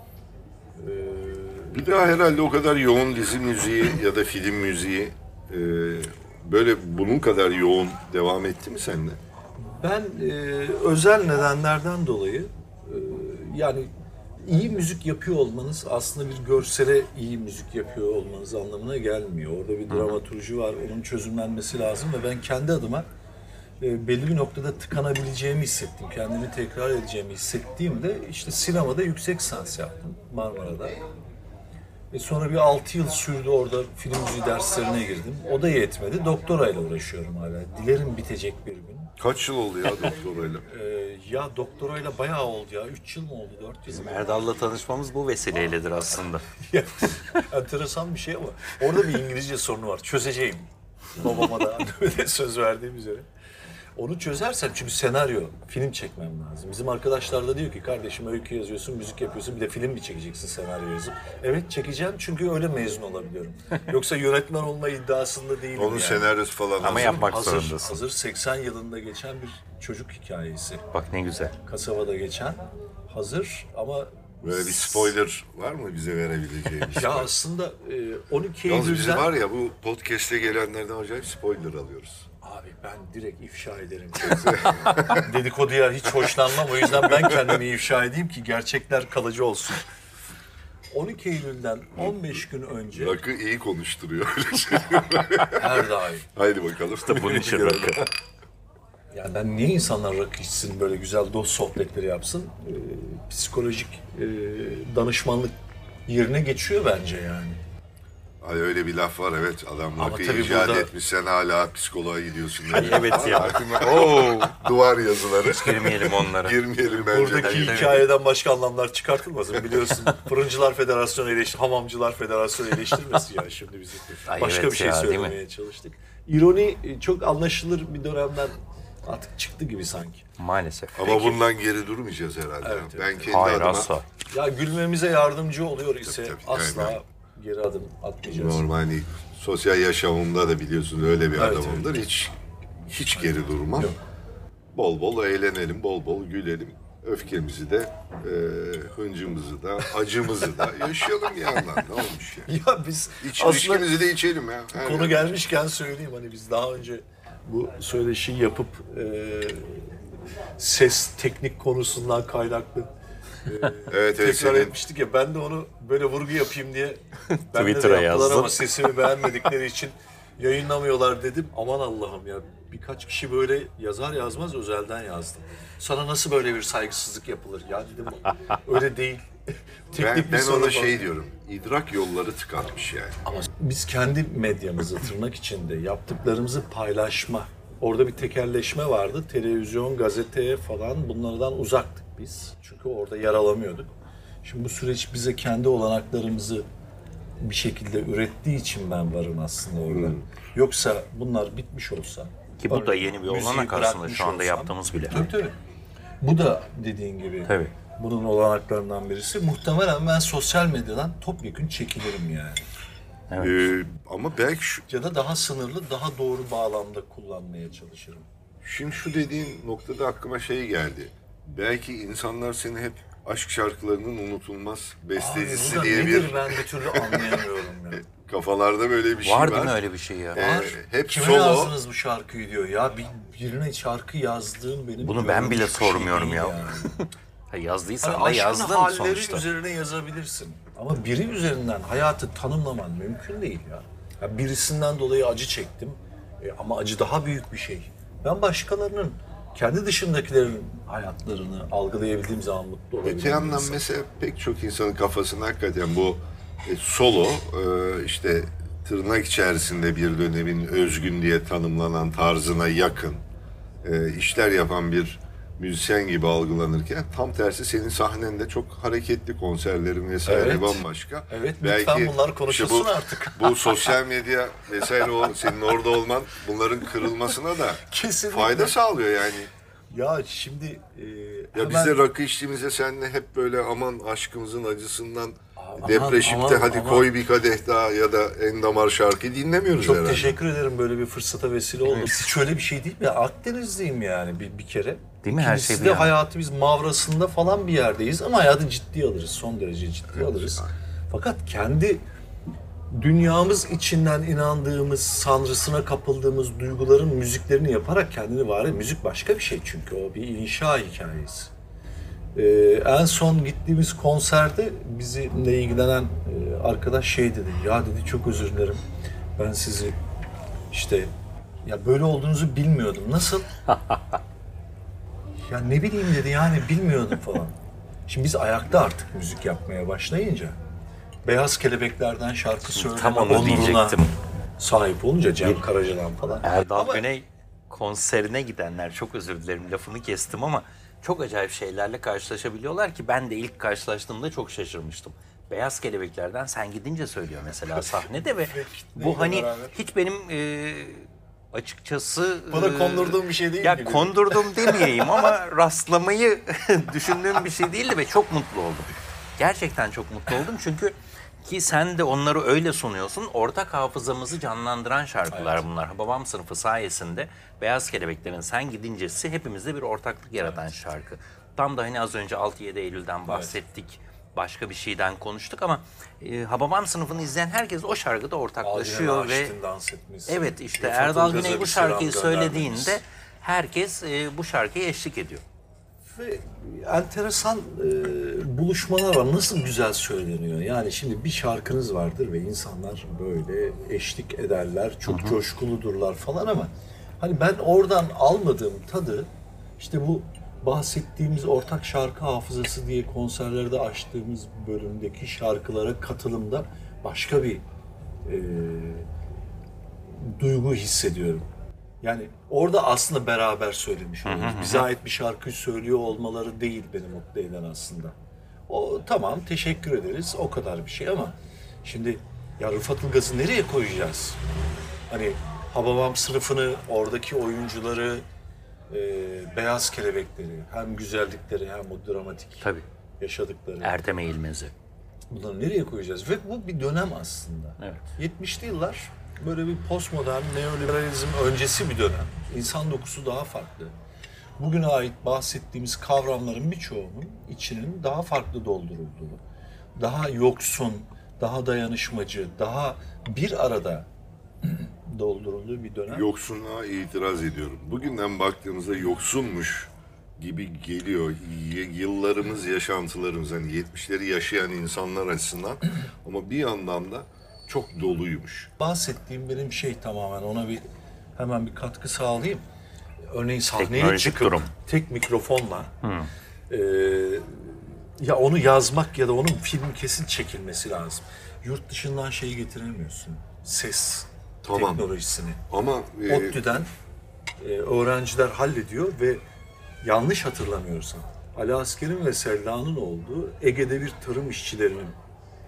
Ee, Bir daha herhalde o kadar yoğun dizi müziği ya da film müziği e, böyle bunun kadar yoğun devam etti mi sende? Ben e, özel nedenlerden dolayı e, yani iyi müzik yapıyor olmanız aslında bir görsele iyi müzik yapıyor olmanız anlamına gelmiyor. Orada bir dramaturji var, onun çözümlenmesi lazım ve ben kendi adıma e, belli bir noktada tıkanabileceğimi hissettim. Kendimi tekrar edeceğimi hissettiğimde işte sinemada yüksek lisans yaptım Marmara'da. E sonra bir altı yıl sürdü orada film müziği derslerine girdim. O da yetmedi. Doktorayla uğraşıyorum hala. Dilerim bitecek bir gün. Kaç yıl oldu ya doktorayla? Ee, ya doktorayla bayağı oldu ya. Üç yıl mı oldu? Dört yıl mı? Erdal'la tanışmamız bu vesileyledir aslında. Ya, enteresan bir şey ama orada bir İngilizce sorunu var. Çözeceğim. Babama da öyle söz verdiğim üzere. Onu çözersem çünkü senaryo, film çekmem lazım. Bizim arkadaşlar da diyor ki kardeşim öykü yazıyorsun, müzik yapıyorsun bir de film mi çekeceksin senaryo yazıp? Evet çekeceğim çünkü öyle mezun olabiliyorum. Yoksa yönetmen olma iddiasında değilim Onun yani. senaryosu falan Ama hazır mı? yapmak Hazır, zorundasın. hazır seksen yılında geçen bir çocuk hikayesi. Bak ne güzel. Kasabada geçen hazır ama Böyle bir spoiler var mı bize verebileceğin? ya aslında e, on iki Yalnız bizi Eylül'den... var ya bu podcast'e gelenlerden acayip spoiler alıyoruz. Abi ben direkt ifşa ederim. Dedikoduya hiç hoşlanmam. O yüzden ben kendimi ifşa edeyim ki gerçekler kalıcı olsun. on iki Eylül'den on beş gün önce Rakı iyi konuşturuyor öyle şey. her daim. Haydi bakalım. Bunun için rakı. Yani ben niye insanlar rakı içsin, böyle güzel dost sohbetleri yapsın? Ee, psikolojik e, danışmanlık yerine geçiyor bence yani. Ay öyle bir laf var evet. Adam Ama rakıyı tabii icat burada- etmiş sen hala psikoloğa gidiyorsun. Ay, evet ya. Oo, duvar yazıları. Girmeyelim onlara. Girmeyelim bence. Buradaki Tabii, tabii. hikayeden başka anlamlar çıkartılmasın biliyorsun. Fırıncılar Federasyonu eleştir, Hamamcılar Federasyonu eleştirmesi ya şimdi bizi. Ay, Başka evet bir şey ya, değil mi? söylemeye çalıştık. İroni e, çok anlaşılır bir dönemden artık çıktı gibi sanki. Maalesef. Ama bundan geri durmayacağız herhalde. Evet, ben evet. kendi Hayır adıma asla. Ya gülmemize yardımcı oluyor ise Tabii, tabii. asla Yani geri adım atmayacağız. normal hani sosyal yaşamımda da biliyorsun öyle bir Evet, adamımdır. Hiç hiç geri durmam. Yok. Bol bol eğlenelim, bol bol gülelim. Öfkemizi de, e, hıncımızı da, acımızı da yaşayalım bir yandan. Ne olmuş ya? Ya biz İç aslında ilişkimizi de içelim ya. Her konu yer. gelmişken söyleyeyim hani biz daha önce bu söyleşiyi yapıp e, ses teknik konusundan kaynaklı e, Evet, evet, tekrar senin- etmiştik ya ben de onu böyle vurgu yapayım diye ben de Twitter'a yaptılar yazdın. ama sesimi beğenmedikleri için yayınlamıyorlar dedim. Aman Allah'ım ya birkaç kişi böyle yazar yazmaz özelden yazdım. Sana nasıl böyle bir saygısızlık yapılır ya dedim öyle değil. Ben, Teknik bir ben sorun ona var. şey diyorum, idrak yolları tıkanmış yani. Ama biz kendi medyamızı tırnak içinde yaptıklarımızı paylaşma. Orada bir tekelleşme vardı. Televizyon, gazete falan bunlardan uzaktık biz. Çünkü orada yer alamıyorduk. Şimdi bu süreç bize kendi olanaklarımızı bir şekilde ürettiği için ben varım aslında orada. Hmm. Yoksa bunlar bitmiş olsa... Ki bu da yeni bir olanak aslında şu anda olsam, yaptığımız bile. Tabii tabii. Bu da dediğin gibi tabii. bunun olanaklarından birisi. Muhtemelen ben sosyal medyadan topyekün çekilirim yani. Evet. Ee, ama belki şu... Ya da daha sınırlı, daha doğru bağlamda kullanmaya çalışırım. Şimdi şu dediğin noktada aklıma şey geldi. Belki insanlar seni hep aşk şarkılarının unutulmaz bestecisi Aa, diye nedir bir... ben bir türlü anlayamıyorum ya. Kafalarda böyle bir şey var. var. Var değil mi öyle bir şey ya? Ee, var. Hep Kime solo. yazdınız bu şarkıyı diyor. Ya bir, birine şarkı yazdığım benim... Bunu ben bile sormuyorum şey ya. Yani. Yazdıysan hani da yazdın halleri sonuçta. Üzerine yazabilirsin. Ama biri üzerinden hayatı tanımlaman mümkün değil ya. Ya birisinden dolayı acı çektim. E, ama acı daha büyük bir şey. Ben başkalarının, kendi dışındakilerin hayatlarını algılayabildiğim zaman mutlu olabilirim. Öte yandan mesela pek çok insanın kafasında hakikaten bu e, solo e, işte tırnak içerisinde bir dönemin özgün diye tanımlanan tarzına yakın e, işler yapan bir müzisyen gibi algılanırken tam tersi senin sahnende çok hareketli konserlerin vesaire evet. bambaşka. Evet, lütfen belki bunlar konuşulsun işte bu, artık. Bu sosyal medya vesaire o senin orada olman bunların kırılmasına da kesinlikle fayda sağlıyor yani. Ya şimdi e, ya hemen... biz de rakı içtiğimizde seninle hep böyle aman aşkımızın acısından aman, depreşip aman, de hadi aman. koy bir kadeh daha ya da en damar şarkıyı dinlemiyoruz Çok herhalde. teşekkür ederim böyle bir fırsata vesile oldu. Evet. Şöyle bir şey değil mi? Akdenizliyim yani bir, bir kere. Değil mi? Her şey bir de hayatı biz mavrasında falan bir yerdeyiz ama hayatı ciddiye alırız. Son derece ciddiye evet. alırız. Fakat kendi dünyamız içinden inandığımız, sanrısına kapıldığımız duyguların müziklerini yaparak kendini var et. Müzik başka bir şey çünkü o bir inşa hikayesi. Ee, en son gittiğimiz konserde bizimle ilgilenen e, arkadaş şey dedi. Ya dedi çok özür dilerim. Ben sizi işte ya böyle olduğunuzu bilmiyordum. Nasıl? Ya ne bileyim dedi yani bilmiyordum falan. Şimdi biz ayakta artık müzik yapmaya başlayınca Beyaz Kelebekler'den şarkı söyleme onuruna sahip olunca Cem Karaca'dan falan. Erdal ama... Güney konserine gidenler çok özür dilerim lafını kestim ama çok acayip şeylerle karşılaşabiliyorlar ki ben de ilk karşılaştığımda çok şaşırmıştım. Beyaz Kelebekler'den sen gidince söylüyor mesela sahnede ve bu hani beraber. Hiç benim e, açıkçası... Bana e, kondurduğum bir şey değil ya mi? Ya kondurdum demeyeyim ama rastlamayı düşündüğüm bir şey değildi ve çok mutlu oldum. Gerçekten çok mutlu oldum çünkü ki sen de onları öyle sunuyorsun. Ortak hafızamızı canlandıran şarkılar evet. bunlar. Babam sınıfı sayesinde Beyaz Kelebekler'in Sen Gidincesi hepimizde bir ortaklık yaratan evet. şarkı. Tam da hani az önce altı yedi Eylül'den bahsettik. Evet. Başka bir şeyden konuştuk ama e, Hababam sınıfını izleyen herkes o şarkıda ortaklaşıyor ve dans etmesi. Evet işte Erdal Güney bu şarkıyı söylediğinde herkes e, bu şarkıya eşlik ediyor. Ve enteresan e, buluşmalar var. Nasıl güzel söyleniyor. Yani şimdi bir şarkınız vardır ve insanlar böyle eşlik ederler. Çok Hı-hı. coşkuludurlar falan ama hani ben oradan almadığım tadı işte bu bahsettiğimiz ortak şarkı hafızası diye konserlerde açtığımız bölümdeki şarkılara katılımda başka bir e, duygu hissediyorum. Yani orada aslında beraber söylemiş oluyoruz. Bize ait bir şarkıyı söylüyor olmaları değil beni mutlu eden aslında. O tamam teşekkür ederiz o kadar bir şey ama şimdi ya Rıfat Ilgaz'ı nereye koyacağız? Hani Hababam sınıfını, oradaki oyuncuları, e, Beyaz Kelebekleri, hem güzellikleri hem o dramatik Tabii. yaşadıkları. Ertem Eğilmez'i. Bunları nereye koyacağız? Ve bu bir dönem aslında. Evet. yetmişli yıllar böyle bir postmodern, neoliberalizm öncesi bir dönem. İnsan dokusu daha farklı. Bugüne ait bahsettiğimiz kavramların birçoğunun içinin daha farklı doldurulduğu, daha yoksun, daha dayanışmacı, daha bir arada doldurulduğu bir dönem. Yoksunluğa itiraz ediyorum. Bugünden baktığımızda yoksunmuş gibi geliyor. Y- yıllarımız, yaşantılarımız, hani yetmişleri yaşayan insanlar açısından ama bir yandan da çok doluymuş. Bahsettiğim benim şey tamamen ona bir hemen bir katkı sağlayayım. Örneğin sahneye Teknolojik çıkıp durum. tek mikrofonla e, ya onu yazmak ya da onun film kesin çekilmesi lazım. Yurt dışından şeyi getiremiyorsun. Ses tamam. teknolojisini. Ama e... ODTÜ'den e, öğrenciler hallediyor ve yanlış hatırlamıyorsam Ali Asker'in ve Selda'nın olduğu Ege'de bir tarım işçilerinin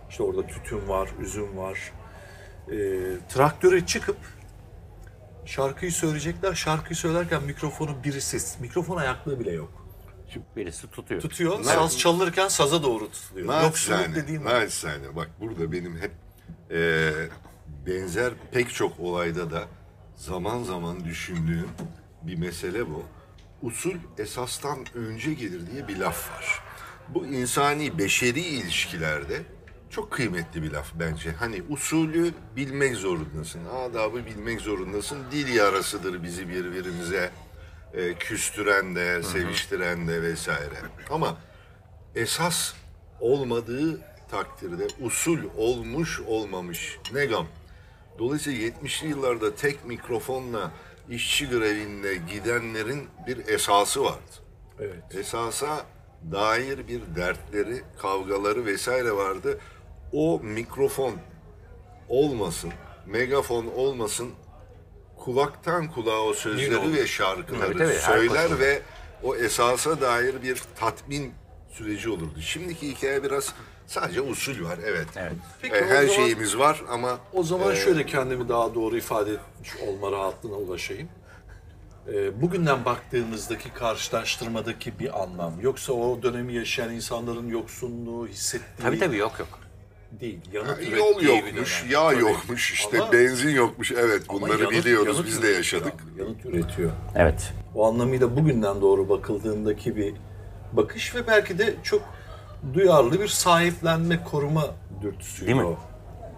İşte orada tütün var, üzüm var. E, traktöre çıkıp şarkıyı söyleyecekler. Şarkıyı söylerken mikrofonu birisi, mikrofon ayaklığı bile yok. Birisi tutuyor. Tutuyor, Ne- saz çalırken saza doğru tutuluyor. Yoksulluk Naçizane, dediğim bu. naçizane. Bak burada benim hep e, benzer pek çok olayda da zaman zaman düşündüğüm bir mesele bu. Usul esastan önce gelir diye bir laf var. Bu insani, beşeri ilişkilerde çok kıymetli bir laf bence. Hani usulü bilmek zorundasın, adabı bilmek zorundasın. Dil yarasıdır bizi birbirimize e, küstüren de, seviştiren de vesaire. Ama esas olmadığı takdirde usul olmuş olmamış ne gam. Dolayısıyla yetmişli yıllarda tek mikrofonla işçi grevinde gidenlerin bir esası vardı. Evet. Esasa dair bir dertleri, kavgaları vesaire vardı. O mikrofon olmasın, megafon olmasın, kulaktan kulağa o Yine sözleri olur. ve şarkıları Tabii, tabii, her söyler koşulda. ve o esasa dair bir tatmin süreci olurdu. Şimdiki hikaye biraz sadece usul var, evet. Evet. Peki, E, o her zaman- şeyimiz var ama O zaman e, şöyle kendimi daha doğru ifade etmiş olma rahatlığına ulaşayım. Ee, bugünden baktığımızdaki karşılaştırmadaki bir anlam. Yoksa o dönemi yaşayan insanların yoksunluğu hissettiği Tabii tabii yok yok. değil. Yanıt yol ürettiği bir yokmuş, dönem. yağ Tabii. yokmuş, işte Ama- benzin yokmuş. Evet, ama bunları yanıt- biliyoruz, yanıt biz de üretiyor yaşadık. abi, Yanıt üretiyor. Evet. O anlamıyla bugünden doğru bakıldığındaki bir bakış ve belki de çok duyarlı bir sahiplenme, koruma dürtüsü. Değil mi? o.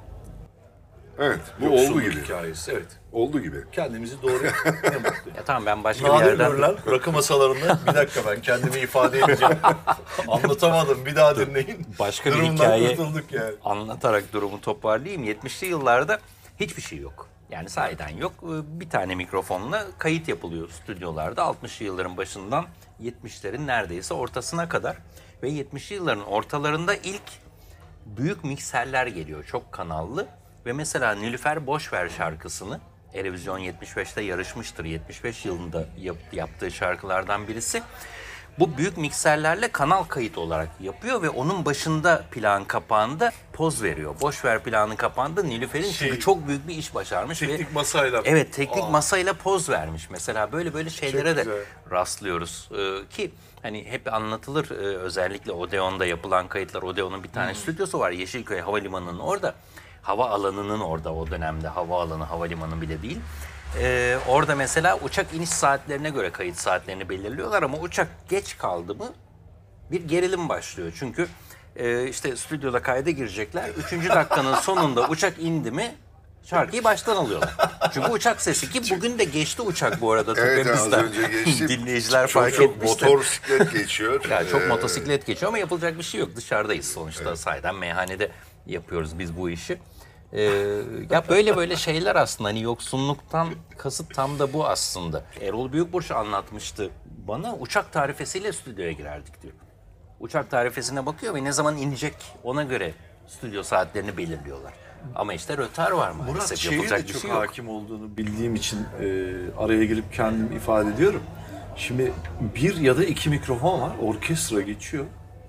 Evet, bu Yoksulluk oldu gibi. hikayesi, evet. Oldu gibi. Kendimizi doğru ne mutlu. Ya tamam ben başka bir Nadir yerden... görülen rakı masalarında bir dakika ben kendimi ifade edeceğim. Anlatamadım, bir daha dinleyin. Başka bir Durumdan hikaye- kurtulduk yani. anlatarak durumu toparlayayım. yetmişli yıllarda hiçbir şey yok. Yani sahiden yok. Bir tane mikrofonla kayıt yapılıyor stüdyolarda. altmışlı yılların başından yetmişlerin neredeyse ortasına kadar. Ve yetmişli yılların ortalarında ilk büyük mikserler geliyor. Çok kanallı. Ve mesela Nilüfer Boşver şarkısını Erevizyon yetmiş beşte yarışmıştır. yetmiş beş yılında yap- yaptığı şarkılardan birisi. Bu büyük mikserlerle kanal kayıt olarak yapıyor ve onun başında plağın kapağında poz veriyor. Boşver plağının kapağında Nilüfer'in Şey- çünkü çok büyük bir iş başarmış. ve Teknik masayla. Evet, teknik Aa. masayla poz vermiş. Mesela böyle böyle şeylere de güzel. rastlıyoruz. Ee, ki hani hep anlatılır, e, özellikle Odeon'da yapılan kayıtlar. Odeon'un bir tane stüdyosu var Yeşilköy Havalimanı'nın orada. Hava alanının orada o dönemde. Hava alanı, havalimanı bile değil. Ee, orada mesela uçak iniş saatlerine göre kayıt saatlerini belirliyorlar ama uçak geç kaldı mı bir gerilim başlıyor. Çünkü e, işte stüdyoda kayda girecekler. Üçüncü dakikanın sonunda uçak indi mi şarkıyı baştan alıyorlar. Çünkü uçak sesi ki bugün de geçti uçak bu arada. Evet, az tepemizden. önce geçti. Dinleyiciler çok, fark çok etmiştir. motosiklet geçiyor. Ya çok Ee, motosiklet geçiyor ama yapılacak bir şey yok. Dışarıdayız sonuçta. Sahiden meyhanede yapıyoruz biz bu işi. Ee, ya böyle böyle şeyler aslında hani yoksunluktan kasıt tam da bu aslında. Erol Büyükburç anlatmıştı bana, uçak tarifesiyle stüdyoya girerdik diyor. Uçak tarifesine bakıyor ve ne zaman inecek ona göre stüdyo saatlerini belirliyorlar. Ama işte rötar var Murat maalesef, şeye yapılacak de bir çok şey yok. hakim olduğunu bildiğim için e, araya girip kendimi ifade ediyorum. Şimdi bir ya da iki mikrofon var, orkestra geçiyor.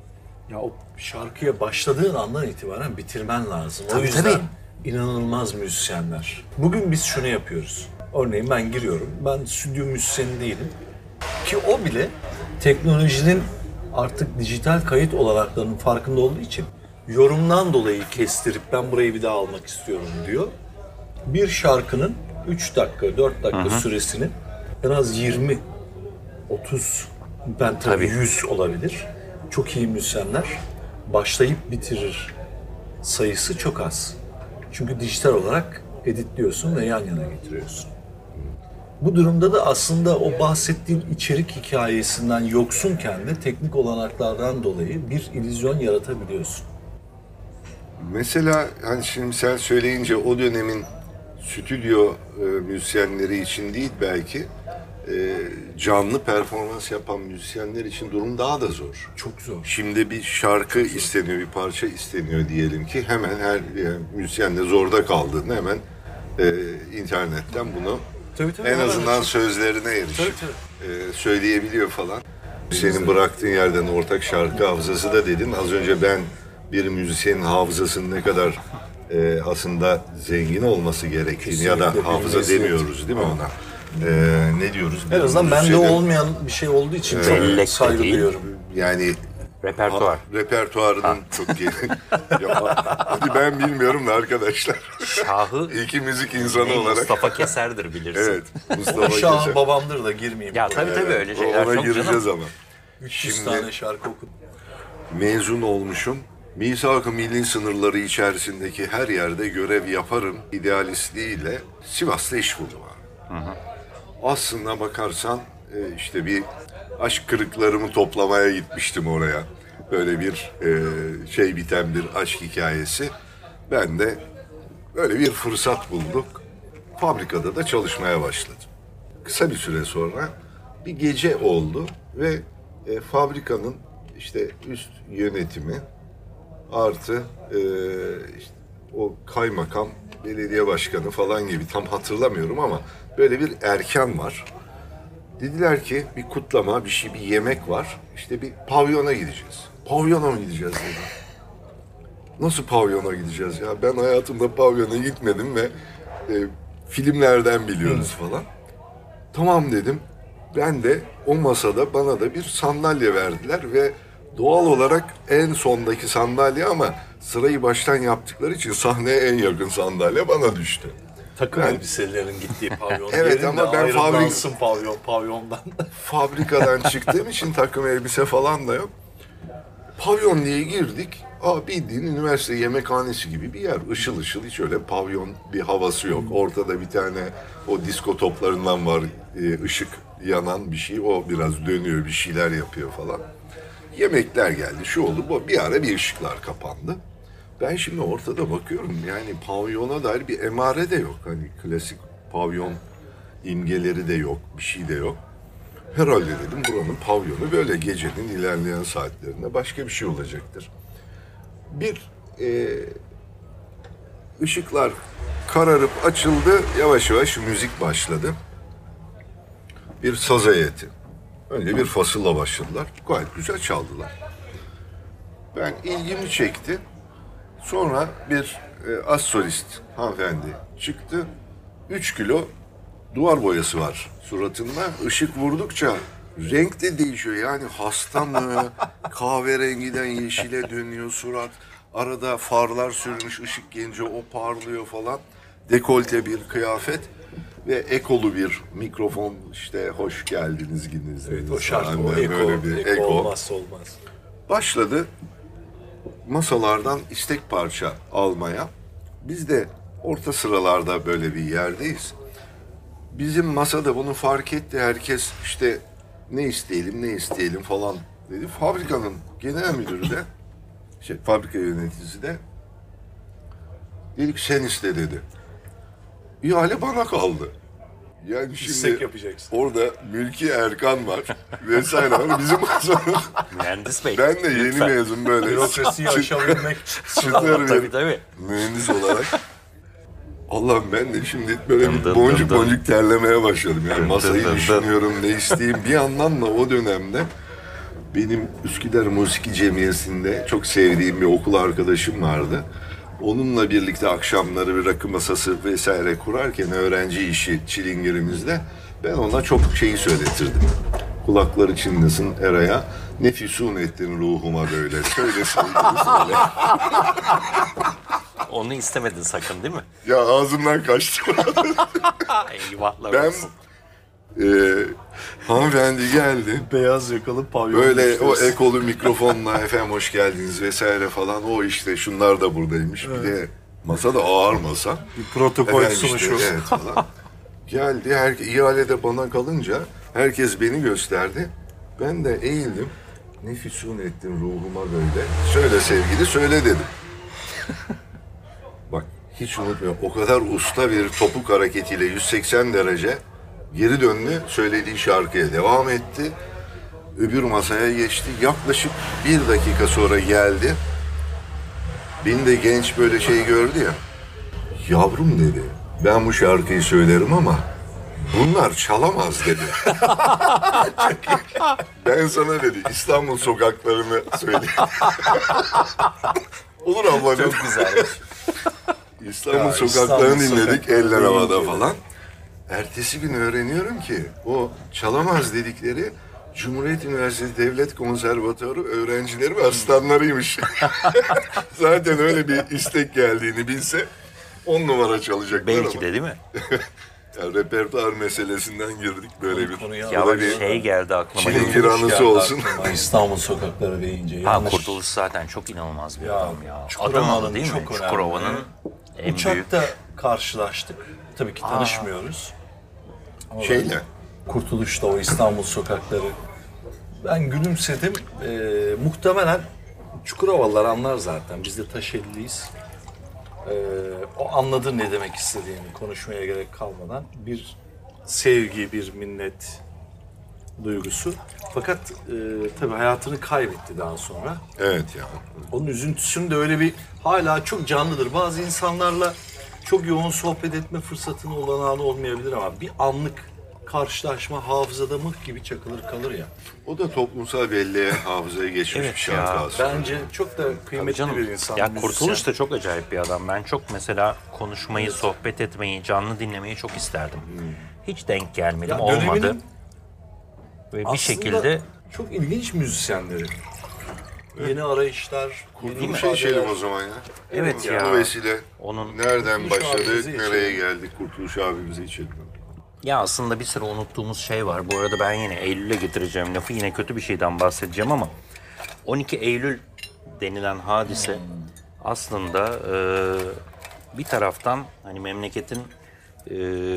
Ya o şarkıya başladığın andan itibaren bitirmen lazım. o Tabii, yüzden tabii. inanılmaz müzisyenler. Bugün biz şunu yapıyoruz. Örneğin ben giriyorum, ben stüdyo müzisyeni değilim. Ki o bile teknolojinin artık dijital kayıt olanaklarının farkında olduğu için yorumdan dolayı kestirip ben burayı bir daha almak istiyorum diyor. Bir şarkının üç dakika, dört dakika süresini en az yirmi, otuz, ben tabii Tabii. yüz olabilir. Çok iyi müzisyenler başlayıp bitirir sayısı çok az. Çünkü dijital olarak editliyorsun ve yan yana getiriyorsun. Bu durumda da aslında o bahsettiğin içerik hikayesinden yoksunken de teknik olanaklardan dolayı bir illüzyon yaratabiliyorsun. Mesela hani şimdi sen söyleyince o dönemin stüdyo e, müzisyenleri için değil belki e, canlı performans yapan müzisyenler için durum daha da zor. Çok zor. Şimdi bir şarkı isteniyor, bir parça isteniyor diyelim ki hemen her yani müzisyen de zorda kaldığında hemen e, internetten bunu Tabii, tabii, en hemen azından açıp- sözlerine erişip Tabii, tabii. e, söyleyebiliyor falan. Senin bıraktığın yerden ortak şarkı hafızası da dedin. Az önce ben bir müzisyenin hafızasının ne kadar e, aslında zengin olması gerektiğini ya da Kesinlikle hafıza bilmesi. demiyoruz değil mi ona? E, ne diyoruz? En azından bende Müzisyenin- olmayan bir şey olduğu için Bellek de çok saygı değil. duyuyorum. Yani Repertuar. ha- repertuarının çok iyi. Ya, hadi ben bilmiyorum da arkadaşlar. Şahı İki müzik insanı ne, olarak. Mustafa Keser'dir bilirsin. Evet. Mustafa Onun şahı Keser. babamdır da girmeyeyim. Ya tabii tabii öyle şeyler Ona çok gireceğiz canım. ama. üç yüz Şimdi- tane şarkı okudum. Mezun olmuşum. Misak-ı milli sınırları içerisindeki her yerde görev yaparım idealistliğiyle Sivas'ta iş buldum abi. Aslına bakarsan e, işte bir aşk kırıklarımı toplamaya gitmiştim oraya. Böyle bir e, şey biten bir aşk hikayesi. Ben de böyle bir fırsat bulduk. Fabrikada da çalışmaya başladım. Kısa bir süre sonra bir gece oldu ve e, fabrikanın işte üst yönetimi artı e, işte o kaymakam, belediye başkanı falan gibi tam hatırlamıyorum ama böyle bir erkan var. Dediler ki bir kutlama, bir şey, bir yemek var. İşte bir pavyona gideceğiz. Pavyona mı gideceğiz dedim. Nasıl pavyona gideceğiz ya? Ben hayatımda pavyona gitmedim ve e, filmlerden biliyoruz falan. Tamam dedim. Ben de o masada bana da bir sandalye verdiler ve doğal olarak en sondaki sandalye ama sırayı baştan yaptıkları için sahneye en yakın sandalye bana düştü. Takım Ben- elbiselerin gittiği pavyon. Evet, Yerin ama de ben fabrik- ayrılansın pavyon, pavyondan. Fabrikadan çıktığım için takım elbise falan da yok. Pavyon diye girdik. Aa, bildiğin üniversite yemekhanesi gibi bir yer. Işıl ışıl, hiç öyle pavyon bir havası yok. Ortada bir tane o disko toplarından var, e, ışık yanan bir şey. O biraz dönüyor, bir şeyler yapıyor falan. Yemekler geldi, şu oldu. Bu bir ara bir ışıklar kapandı. Ben şimdi ortada bakıyorum, yani pavyona dair bir emare de yok. Hani klasik pavyon imgeleri de yok, bir şey de yok. Herhalde dedim buranın pavyonu böyle gecenin ilerleyen saatlerinde başka bir şey olacaktır. Bir e, ışıklar kararıp açıldı, yavaş yavaş müzik başladı. Bir saz heyeti. Önce bir fasılla başladılar. Gayet güzel çaldılar. Ben ilgimi çekti. Sonra bir e, az solist hanımefendi çıktı. Üç kilo duvar boyası var suratında. Işık vurdukça renk de değişiyor. Yani hasta mı? Kahverengiden yeşile dönüyor surat. Arada farlar sürmüş, ışık gelince o parlıyor falan. Dekolte bir kıyafet ve ekolu bir mikrofon, işte hoş geldiniz gidiniz. Evet, o şarkı, o Böyle eko, bir eko, olmazsa olmaz. Başladı masalardan istek parça almaya. Biz de orta sıralarda böyle bir yerdeyiz. Bizim masada bunu fark etti. Herkes işte ne isteyelim, ne isteyelim falan dedi. Fabrikanın genel müdürü de, şey, fabrika yöneticisi de dedi ki sen iste dedi. İhale bana kaldı. Yani İstek şimdi yapacaksın. orada Mülki Erkan var vesaire. Hani bizim masanın, Mühendis Bey. ben de yeni lütfen. mezun böyle Bürokrasiyi aşabilmek. çıtır Tabii bir tabii. mühendis olarak. Allah'ım, ben de şimdi böyle Dın bir dın boncuk dın dın. boncuk terlemeye başladım. Yani Dın masayı dın dın. düşünüyorum, ne isteyeyim. Bir yandan da o dönemde benim Üsküdar Musiki Cemiyesi'nde çok sevdiğim bir okul arkadaşım vardı. Onunla birlikte akşamları bir rakı masası vesaire kurarken öğrenci işi çilingirimizde ben ona çok şeyi söyletirdim. Kulakları çınlasın Eray'a. Nefisun ettin ruhuma böyle. Söyle sevgili söyle. Onu istemedin sakın değil mi? Ya ağzımdan kaçtı. Eyvahlar Ben olsun. Ee, hanımefendi geldi. Beyaz yakalı pavyon. Böyle o müşterisi. ekolu mikrofonla efendim hoş geldiniz vesaire falan. O işte şunlar da buradaymış. Bir de masa da ağır masa. Bir protokol Efendim işte, sunuşu. evet falan. Geldi. Her, ihale de bana kalınca herkes beni gösterdi. Ben de eğildim. Nefisun ettin ruhuma böyle. Söyle sevgili söyle dedim. Bak hiç unutmuyorum. O kadar usta bir topuk hareketiyle yüz seksen derece geri döndü. Söylediği şarkıya devam etti. Öbür masaya geçti. Yaklaşık bir dakika sonra geldi. Beni de genç böyle şey gördü ya. Yavrum dedi. Ben bu şarkıyı söylerim ama Bunlar çalamaz dedi. Ben sana dedi İstanbul sokaklarını söyleyeyim. Olur abla dedi. Çok güzelmiş. İstanbul Ya, sokaklarını İstanbul dinledik sokakları eller havada deyince. falan. Ertesi gün öğreniyorum ki o çalamaz dedikleri Cumhuriyet Üniversitesi Devlet Konservatuarı öğrencileri ve asistanlarıymış. Zaten öyle bir istek geldiğini bilse on numara çalacaklar Belki ama. de değil mi? Yani repertuar meselesinden girdik böyle bir. Konuya Ya böyle bak bir şey geldi aklıma. Çilingir Kurtuluş anısı geldi olsun. aklıma, İstanbul sokakları deyince. Ha Yanlış. Kurtuluş zaten çok inanılmaz bir Ya, adam ya. Çukurova'nın Adanalı değil mi? çok önemli. Çukurova'nın en büyük. Uçakta karşılaştık. Tabii ki tanışmıyoruz. Ama Şeyle. ben Kurtuluş'ta o İstanbul sokakları. Ben gülümsedim. Ee, muhtemelen Çukurovalılar anlar zaten. Biz de Taşeli'liyiz. Ee, o anladı ne demek istediğini konuşmaya gerek kalmadan. Bir sevgi, bir minnet duygusu. Fakat e, tabii hayatını kaybetti daha sonra. Evet ya. Onun üzüntüsünün de öyle bir hala çok canlıdır. Bazı insanlarla çok yoğun sohbet etme fırsatının olanağını olmayabilir ama bir anlık karşılaşma hafızada mıh gibi çakılır kalır ya. O da toplumsal belleğe, hafızaya geçmiş Evet bir şarkı ya. aslında. Bence çok da kıymetli Canım, bir insan. ya müzisyen. Kurtuluş da çok acayip bir adam. Ben çok mesela konuşmayı, sohbet etmeyi, canlı dinlemeyi çok isterdim. Hiç denk gelmedim, Ya olmadı. döneminin Ve bir aslında şekilde çok ilginç müzisyenleri. Yeni arayışlar, yeni Kurtuluş'a geçelim ifadeler. o zaman ya. Evet Bu ya. vesile onun nereden Kurtuluş başladık, abimizi nereye içelim. geldik Kurtuluş abimizi içelim. ya aslında bir sürü unuttuğumuz şey var. Bu arada ben yine Eylül'e getireceğim lafı. Yine kötü bir şeyden bahsedeceğim ama on iki Eylül denilen hadise aslında e, bir taraftan hani memleketin e,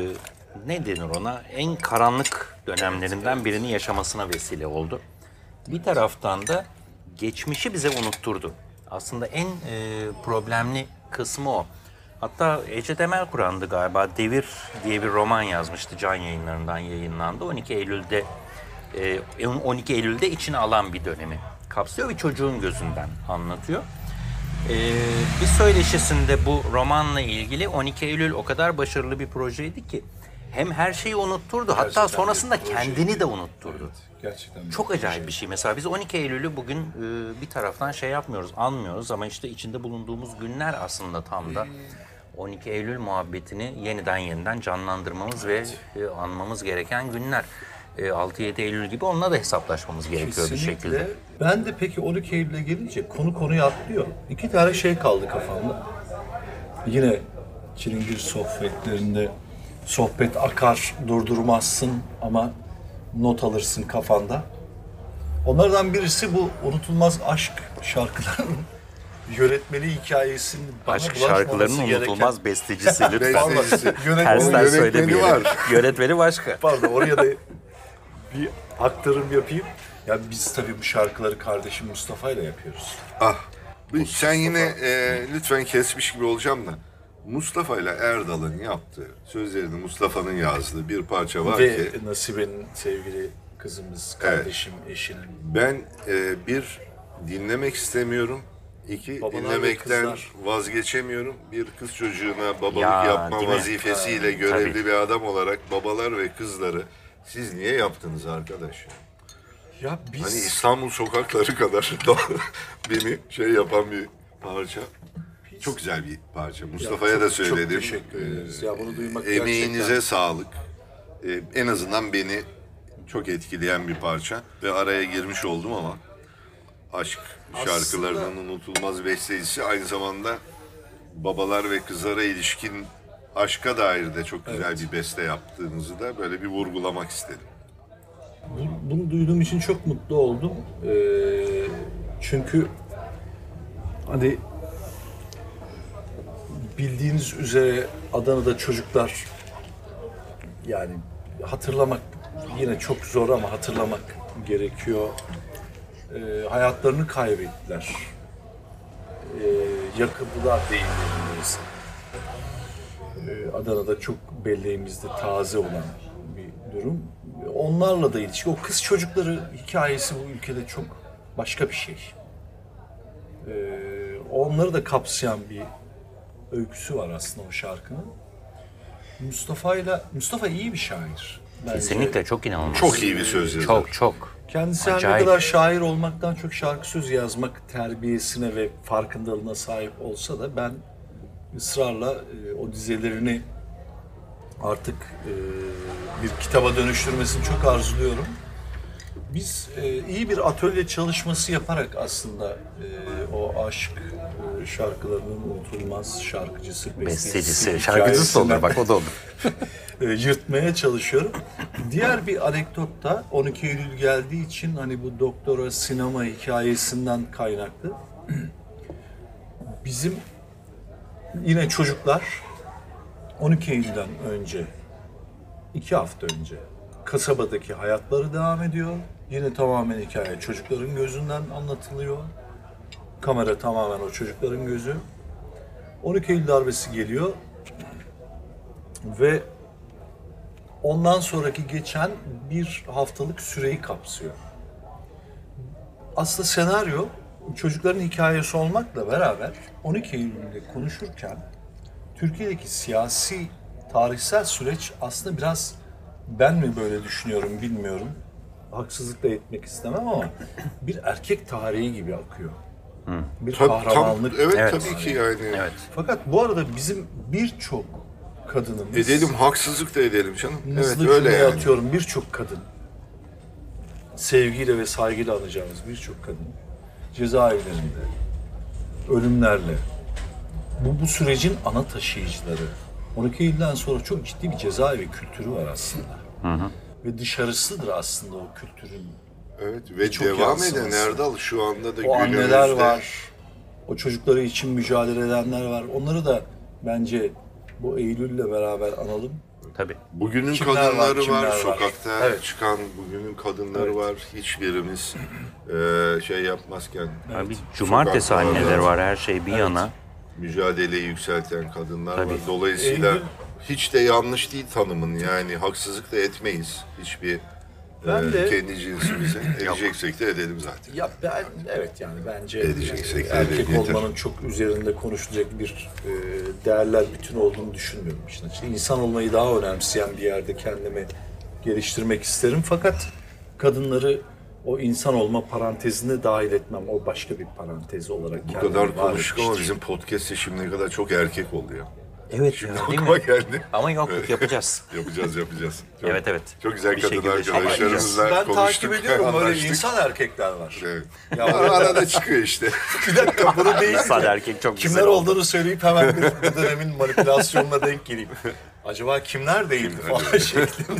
ne denir ona en karanlık dönemlerinden birini yaşamasına vesile oldu. Bir taraftan da geçmişi bize unutturdu. Aslında en e, problemli kısmı o. Hatta Ece Temel Kur'an'dı galiba. Devir diye bir roman yazmıştı. Can Yayınları'ndan yayınlandı. on iki Eylül'de e, on iki Eylül'de içine alan bir dönemi kapsıyor ve çocuğun gözünden anlatıyor. E, bir söyleşisinde bu romanla ilgili on iki Eylül o kadar başarılı bir projeydi ki hem her şeyi unutturdu hatta Gerçekten sonrasında bir proje. kendini de unutturdu. Gerçekten. Çok acayip bir şey. Mesela biz on iki Eylül'ü bugün e, bir taraftan şey yapmıyoruz, anmıyoruz ama işte içinde bulunduğumuz günler aslında tam da on iki Eylül muhabbetini yeniden yeniden canlandırmamız ve e, anmamız gereken günler. E, altı yedi Eylül gibi onunla da hesaplaşmamız gerekiyor bir Kesinlikle. şekilde. Ben de peki on iki Eylül'e gelince konu konuyu atlıyor. İki tane şey kaldı kafamda. Yine Çilingir sohbetlerinde sohbet akar, durdurmazsın ama not alırsın kafanda. Onlardan birisi bu unutulmaz aşk şarkılarının yönetmeli hikayesinin bana Aşk bulaşmaması şarkılarının gereken- unutulmaz bestecisi lütfen. Bestecisi. Yönetmeni- Tersten Onun yönetmeni söylemeyelim. var. Yönetmeni başka. Pardon oraya da bir aktarım yapayım. Ya biz tabii bu şarkıları kardeşim Mustafa ile yapıyoruz. Ah, bir- sen yine e, lütfen kesmiş gibi olacağım da Mustafa ile Erdal'ın yaptığı, sözlerini Mustafa'nın yazdığı bir parça var Ve ki Nasibe'nin sevgili kızımız, kardeşim, eşinin. ben e, bir dinlemek istemiyorum. İki, Babalar ve dinlemekten kızlar. vazgeçemiyorum. Bir kız çocuğuna babalık Ya, yapma değil mi? vazifesiyle Ha, görevli tabii. bir adam olarak babalar ve kızları siz niye yaptınız arkadaş? Ya biz Hani İstanbul sokakları kadar da beni şey yapan bir parça. Çok güzel bir parça. Mustafa'ya çok- da çok söyledim. teşekkür ederiz. Ya bunu duymak Emeğinize gerçekten- sağlık. Ee, en azından beni çok etkileyen bir parça. Ve araya girmiş oldum ama aşk şarkılarının unutulmaz bestecisi aynı zamanda babalar ve kızlara ilişkin aşka dair de çok güzel bir beste yaptığınızı da böyle bir vurgulamak istedim. bu- bunu duyduğum için çok mutlu oldum. Ee, çünkü hani bildiğiniz üzere Adana'da çocuklar yani hatırlamak yine çok zor ama hatırlamak gerekiyor. Ee, hayatlarını kaybettiler. Ee, yakıldılar deyimlerindeyse. Ee, Adana'da çok belleğimizde taze olan bir durum. Onlarla da ilişki. O kız çocukları hikayesi bu ülkede çok başka bir şey. Ee, onları da kapsayan bir öyküsü var aslında o şarkının. Mustafa'yla Mustafa iyi bir şair. Bence. Kesinlikle çok inanılmaz. Çok iyi bir söz yazar. Çok çok. Kendisi her ne Acayip. kadar şair olmaktan çok şarkı sözü yazmak terbiyesine ve farkındalığına sahip olsa da ben ısrarla e, o dizelerini artık e, bir kitaba dönüştürmesini çok arzuluyorum. Biz e, iyi bir atölye çalışması yaparak aslında e, o aşk e, şarkılarının unutulmaz şarkıcısı, Bestecisi, şarkıcısı olur bak o da olur. e, yırtmaya çalışıyorum. Diğer bir anekdot da on iki Eylül geldiği için hani bu doktora sinema hikayesinden kaynaklı. Bizim yine çocuklar on iki Eylül'den önce, iki hafta önce kasabadaki hayatları devam ediyor. Yine tamamen hikaye çocukların gözünden anlatılıyor. Kamera tamamen o çocukların gözü. on iki Eylül darbesi geliyor ve ondan sonraki geçen bir haftalık süreyi kapsıyor. Aslında senaryo çocukların hikayesi olmakla beraber on iki Eylül'de konuşurken Türkiye'deki siyasi, tarihsel süreç aslında biraz ben mi böyle düşünüyorum bilmiyorum. Haksızlık da etmek istemem ama bir erkek tarihi gibi akıyor. Bir Tabii, kahramanlık. tam, evet, Evet. tabii ki yani. Evet. Fakat bu arada bizim birçok kadınımız... Edelim, haksızlık da edelim canım. Evet, Hızlı öyle cümleye yani. atıyorum, birçok kadın, sevgiyle ve saygıyla anacağımız birçok kadın cezaevlerinde, ölümlerle, bu, bu sürecin ana taşıyıcıları. on iki Eylül'den sonra çok ciddi bir cezaevi kültürü var aslında. Hı hı. Ve dışarısıdır aslında o kültürün. Evet ve Çok devam yansıması. eden Erdal şu anda da O günümüzde. anneler var, o çocukları için mücadele edenler var. Onları da bence bu Eylül'le beraber analım. Tabii. Bugünün Kimler var, kadınları var, kimler var? sokakta Evet. çıkan bugünün kadınları Evet. var. Hiçbirimiz e, şey yapmazken Abi cumartesi sokaklarda anneler var her şey bir yana. mücadeleyi yükselten kadınlar Tabii. var. Dolayısıyla Eylül- hiç de yanlış değil tanımın, yani haksızlık da etmeyiz hiçbir Ben e, de- kendi cinsimize. Edeceksek de edelim zaten. Ya ben evet yani bence Edeceksek e, de erkek yeter. olmanın çok üzerinde konuşulacak bir e, değerler bütün olduğunu düşünmüyorum işin açıkçası. İnsan olmayı daha önemseyen bir yerde kendimi geliştirmek isterim. Fakat kadınları o insan olma parantezine dahil etmem. O başka bir parantez olarak Bu kendimi kadar var konuştuk ama etmiştir. bizim podcast'te şimdiye kadar çok erkek oldu ya. Evet Şimdi ya, değil aklıma mi? geldi. Ama yok yok yapacağız. Yapacağız yapacağız. Çok, Evet, evet. Çok güzel Bir kadın şekilde arkadaşlarımızla Ben konuştuk. takip ediyorum böyle anlaştık. insan erkekler var. Evet. Ya Ara- orada- Arada çıkıyor işte. Bir dakika bunu değil. İnsan erkek çok Kimler güzel oldu. olduğunu söyleyip hemen bir bu dönemin manipülasyonuna denk geleyim. Acaba kimler değildi falan şeklinde.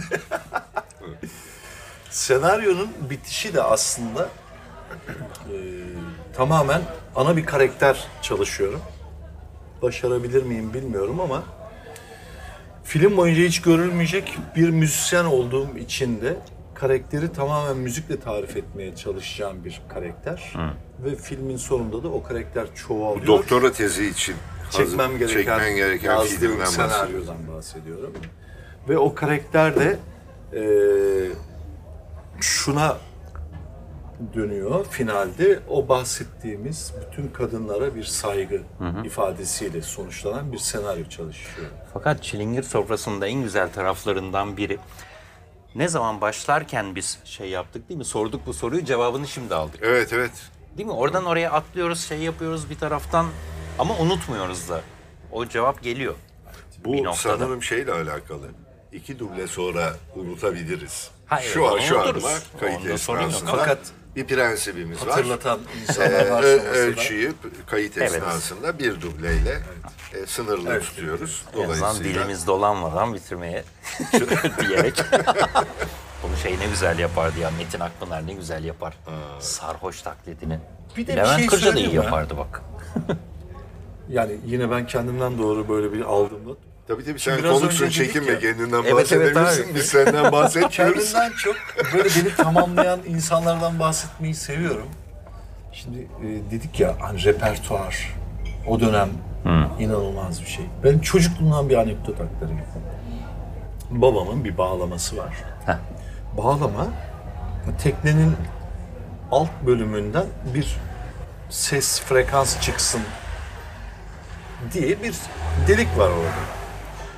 Senaryonun bitişi de aslında e, tamamen ana bir karakter çalışıyorum. Başarabilir miyim bilmiyorum ama film boyunca hiç görülmeyecek bir müzisyen olduğum için de karakteri tamamen müzikle tarif etmeye çalışacağım bir karakter. Ve filmin sonunda da o karakter çoğalıyor. Doktora tezi için hazır- Çekmem gereken, çekmen gereken yazdığım filmden bahsediyorum. senaryodan bahsediyorum. Ve o karakter de eee, şuna dönüyor finalde, o bahsettiğimiz bütün kadınlara bir saygı ifadesiyle sonuçlanan bir senaryo çalışıyor. Fakat Çilingir sofrasında en güzel taraflarından biri. Ne zaman başlarken biz şey yaptık değil mi? Sorduk bu soruyu, cevabını şimdi aldık. Evet evet. Değil mi? Oradan oraya atlıyoruz, şey yapıyoruz bir taraftan ama unutmuyoruz da. O cevap geliyor. Bir Bu noktada. sanırım şeyle alakalı. İki duble sonra unutabiliriz. Hayır, şu an onu şu unuturuz. anda kayıt Onda sorun yok. esnasında Fakat bir prensibimiz var. hatırlatan Ee, insanlar var ö- sonrasında. ölçüyü kayıt Evet. esnasında bir dubleyle e, sınırlı Evet. tutuyoruz. En azından Dolayısıyla dilimiz dolanmadan bitirmeye diyerek. Bunu şey ne güzel yapardı ya, Metin Akpınar ne güzel yapar. Sarhoş taklidini. Bir de bir Levent şey Kırca da iyi söyleyeyim mi? yapardı bak. Yani yine ben kendimden doğru böyle bir aldım not. tabii tabii sen Biraz konuksun, önce dedik çekinme, ya. kendinden Evet, evet bahsedebilirsin. abi. Biz senden bahsetmiyoruz. Kendimden çok böyle beni tamamlayan insanlardan bahsetmeyi seviyorum. Şimdi e, dedik ya hani repertuar, o dönem inanılmaz bir şey. Ben çocukluğumdan bir anekdot aktarayım. Babamın bir bağlaması var. Heh. Bağlama teknenin alt bölümünden bir ses frekans çıksın diye bir delik var orada.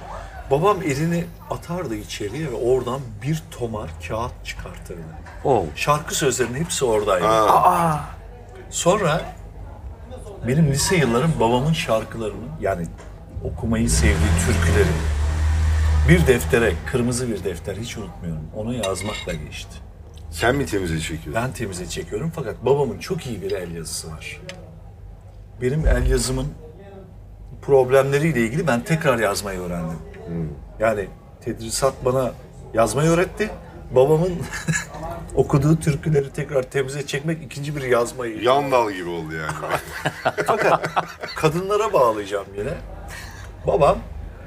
Babam elini atardı içeriye ve oradan bir tomar kağıt çıkartırdı. Oh. Şarkı sözlerinin hepsi oradaydı. Aa. Sonra benim lise yıllarım babamın şarkılarını, yani okumayı sevdiği türküleri bir deftere, kırmızı bir defter, hiç unutmuyorum, onu yazmakla geçti. Sen mi temize çekiyorsun? Ben temize çekiyorum fakat babamın çok iyi bir el yazısı var. Benim el yazımın problemleriyle ilgili ben tekrar yazmayı öğrendim. Hmm. Yani tedrisat bana yazmayı öğretti. Babamın okuduğu türküleri tekrar temize çekmek ikinci bir yazmayı. Yan dal gibi oldu yani. Fakat kadınlara bağlayacağım yine. Babam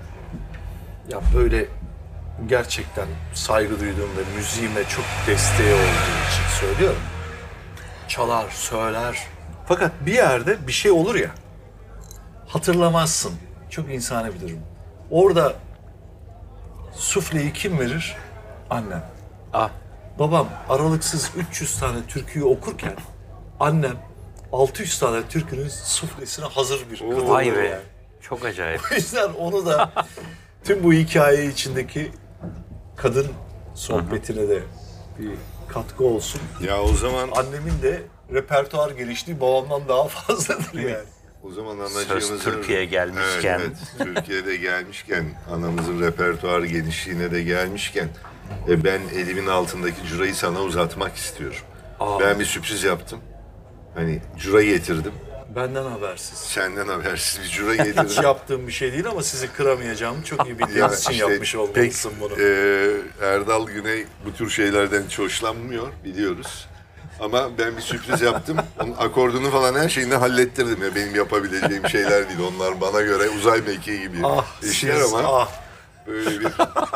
ya böyle gerçekten saygı duyduğum ve müziğime çok desteği olduğu için söylüyorum. Çalar, söyler. Fakat bir yerde bir şey olur ya, hatırlamazsın. Çok insani bir durum. Orada sufleyi kim verir? Annem. Ah. Babam aralıksız üç yüz tane türküyü okurken annem altı yüz tane türkünün suflesine hazır bir kadın. Vay be. Yani. Çok acayip. O yüzden onu da tüm bu hikaye içindeki kadın sohbetine de bir katkı olsun. Ya o zaman Annemin de repertuar geliştiği babamdan daha fazladır yani. o zaman anacığımızın... Söz Türkiye'ye gelmişken. Evet, evet. Türkiye'de gelmişken, anamızın repertuar genişliğine de gelmişken e, ben elimin altındaki curayı sana uzatmak istiyorum. Aa. Ben bir sürpriz yaptım. Hani cura getirdim. Benden habersiz. Senden habersiz bir cura Hiç getirdim. yaptığım bir şey değil ama sizi kıramayacağımı çok iyi Ya bildiğiniz için işte yapmış olmalısın bunu. Pek, e, Erdal Güney bu tür şeylerden hiç hoşlanmıyor, biliyoruz. Ama ben bir sürpriz yaptım. Onun akordunu falan her şeyini hallettirdim. Ya benim yapabileceğim şeyler değil. Onlar bana göre uzay mekiği gibi Ah işler siz, ama ah. böyle bir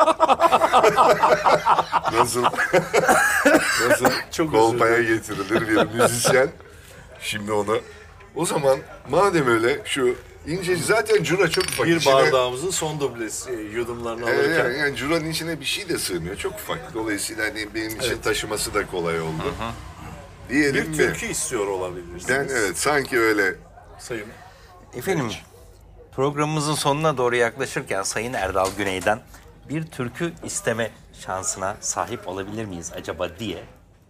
nasıl nasıl Çok kolpaya özür getirilir bir müzisyen. Şimdi onu o zaman madem öyle şu ince zaten cura çok ufak. Bir İçine- bardağımızın son dublesi e, yudumlarını Evet, alırken. yani, yani curanın içine bir şey de sığmıyor. Çok ufak. Dolayısıyla hani benim için Evet. taşıması da kolay oldu. Diyelim Bir mi? türkü istiyor olabilirsiniz. Ben evet sanki öyle. Sayın. Efendim, programımızın sonuna doğru yaklaşırken Sayın Erdal Güney'den bir türkü isteme şansına sahip olabilir miyiz acaba diye.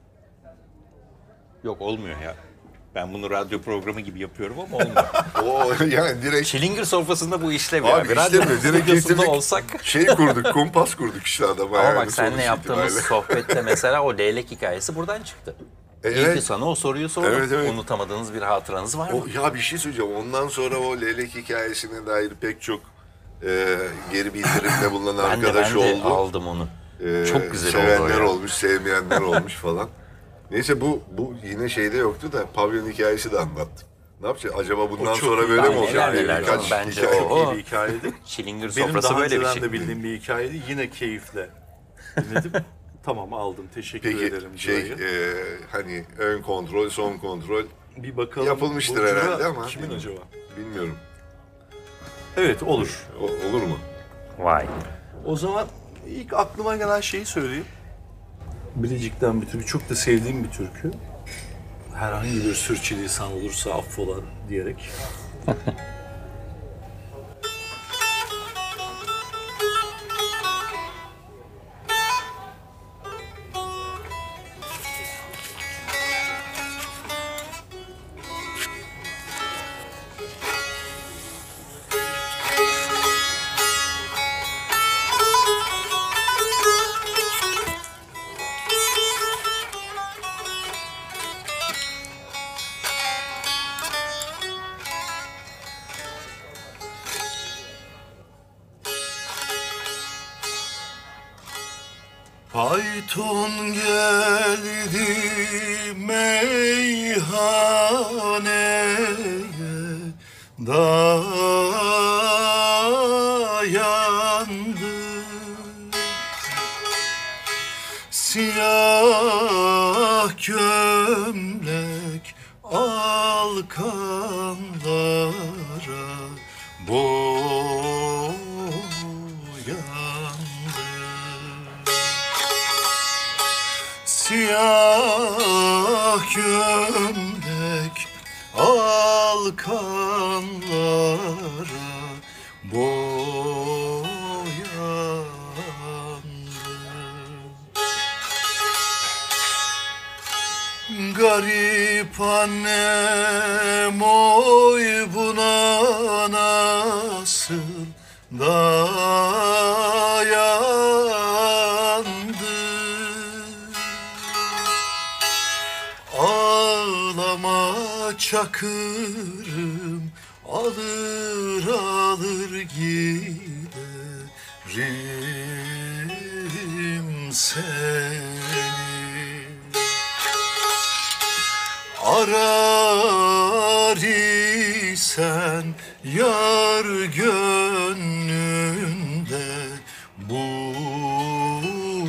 Yok, olmuyor ya. Ben bunu radyo programı gibi yapıyorum ama olmuyor. O yani direkt Çilingir sofrasında bu işlemiyor. abi Abi, radyo işte mi? Direkt stüdyosunda getirdik. olsak. Şey kurduk, kumpas kurduk işte adama. Ama yani bak seninle sonuç yaptığımız itibariyle. sohbette mesela o leylek hikayesi buradan çıktı. İyi Evet. ki sana o soruyu sordum. Evet, evet. Unutamadığınız bir hatıranız var mı? O, ya bir şey söyleyeceğim. Ondan sonra o leylek hikayesine dair pek çok e, geri bildirimde bulunan Ben de, arkadaş ben de oldu. aldım onu. Ee, Çok güzel sevenler oldu o ya. olmuş, sevmeyenler olmuş falan. Neyse bu bu yine şeyde yoktu da pavyon hikayesi de anlattım. Ne yapacağız? Acaba bundan O çok sonra iyi. böyle Daha mi olacak? neler diye neler birkaç canım, bence hikaye. o. İyi bir hikayeydi. Çilingir Benim sofrası daha böyle bir önceden şey. de bildiğim bir hikayeydi. Yine keyifle dinledim. Tamam aldım. Teşekkür Peki ederim. şey Cüra'yı. e, hani ön kontrol, son kontrol bir bakalım. yapılmıştır bu Cüra herhalde ama kimin bilmiyorum. acaba? Bilmiyorum. Evet olur. O- olur mu? Vay. O zaman ilk aklıma gelen şeyi söyleyeyim. Bilecik'ten bir türkü. Çok da sevdiğim bir türkü. Herhangi bir sürçülisan olursa affola diyerek. Fayton geldi meyhaneye, dayandı. Siyah gömlek alkanlara boyandı. Siyah gömlek alkanlara boyandı. annem oy buna nasıl dayandı. Ağlama çakırım, alır alır giderim seni. Arar isen yar gönlünde bul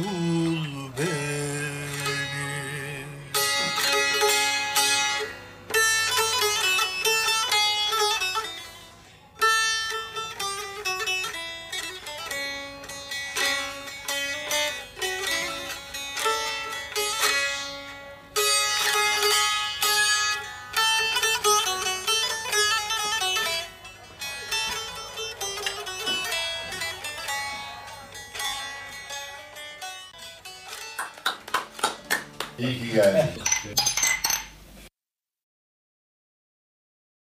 beni. İyi ki geldin.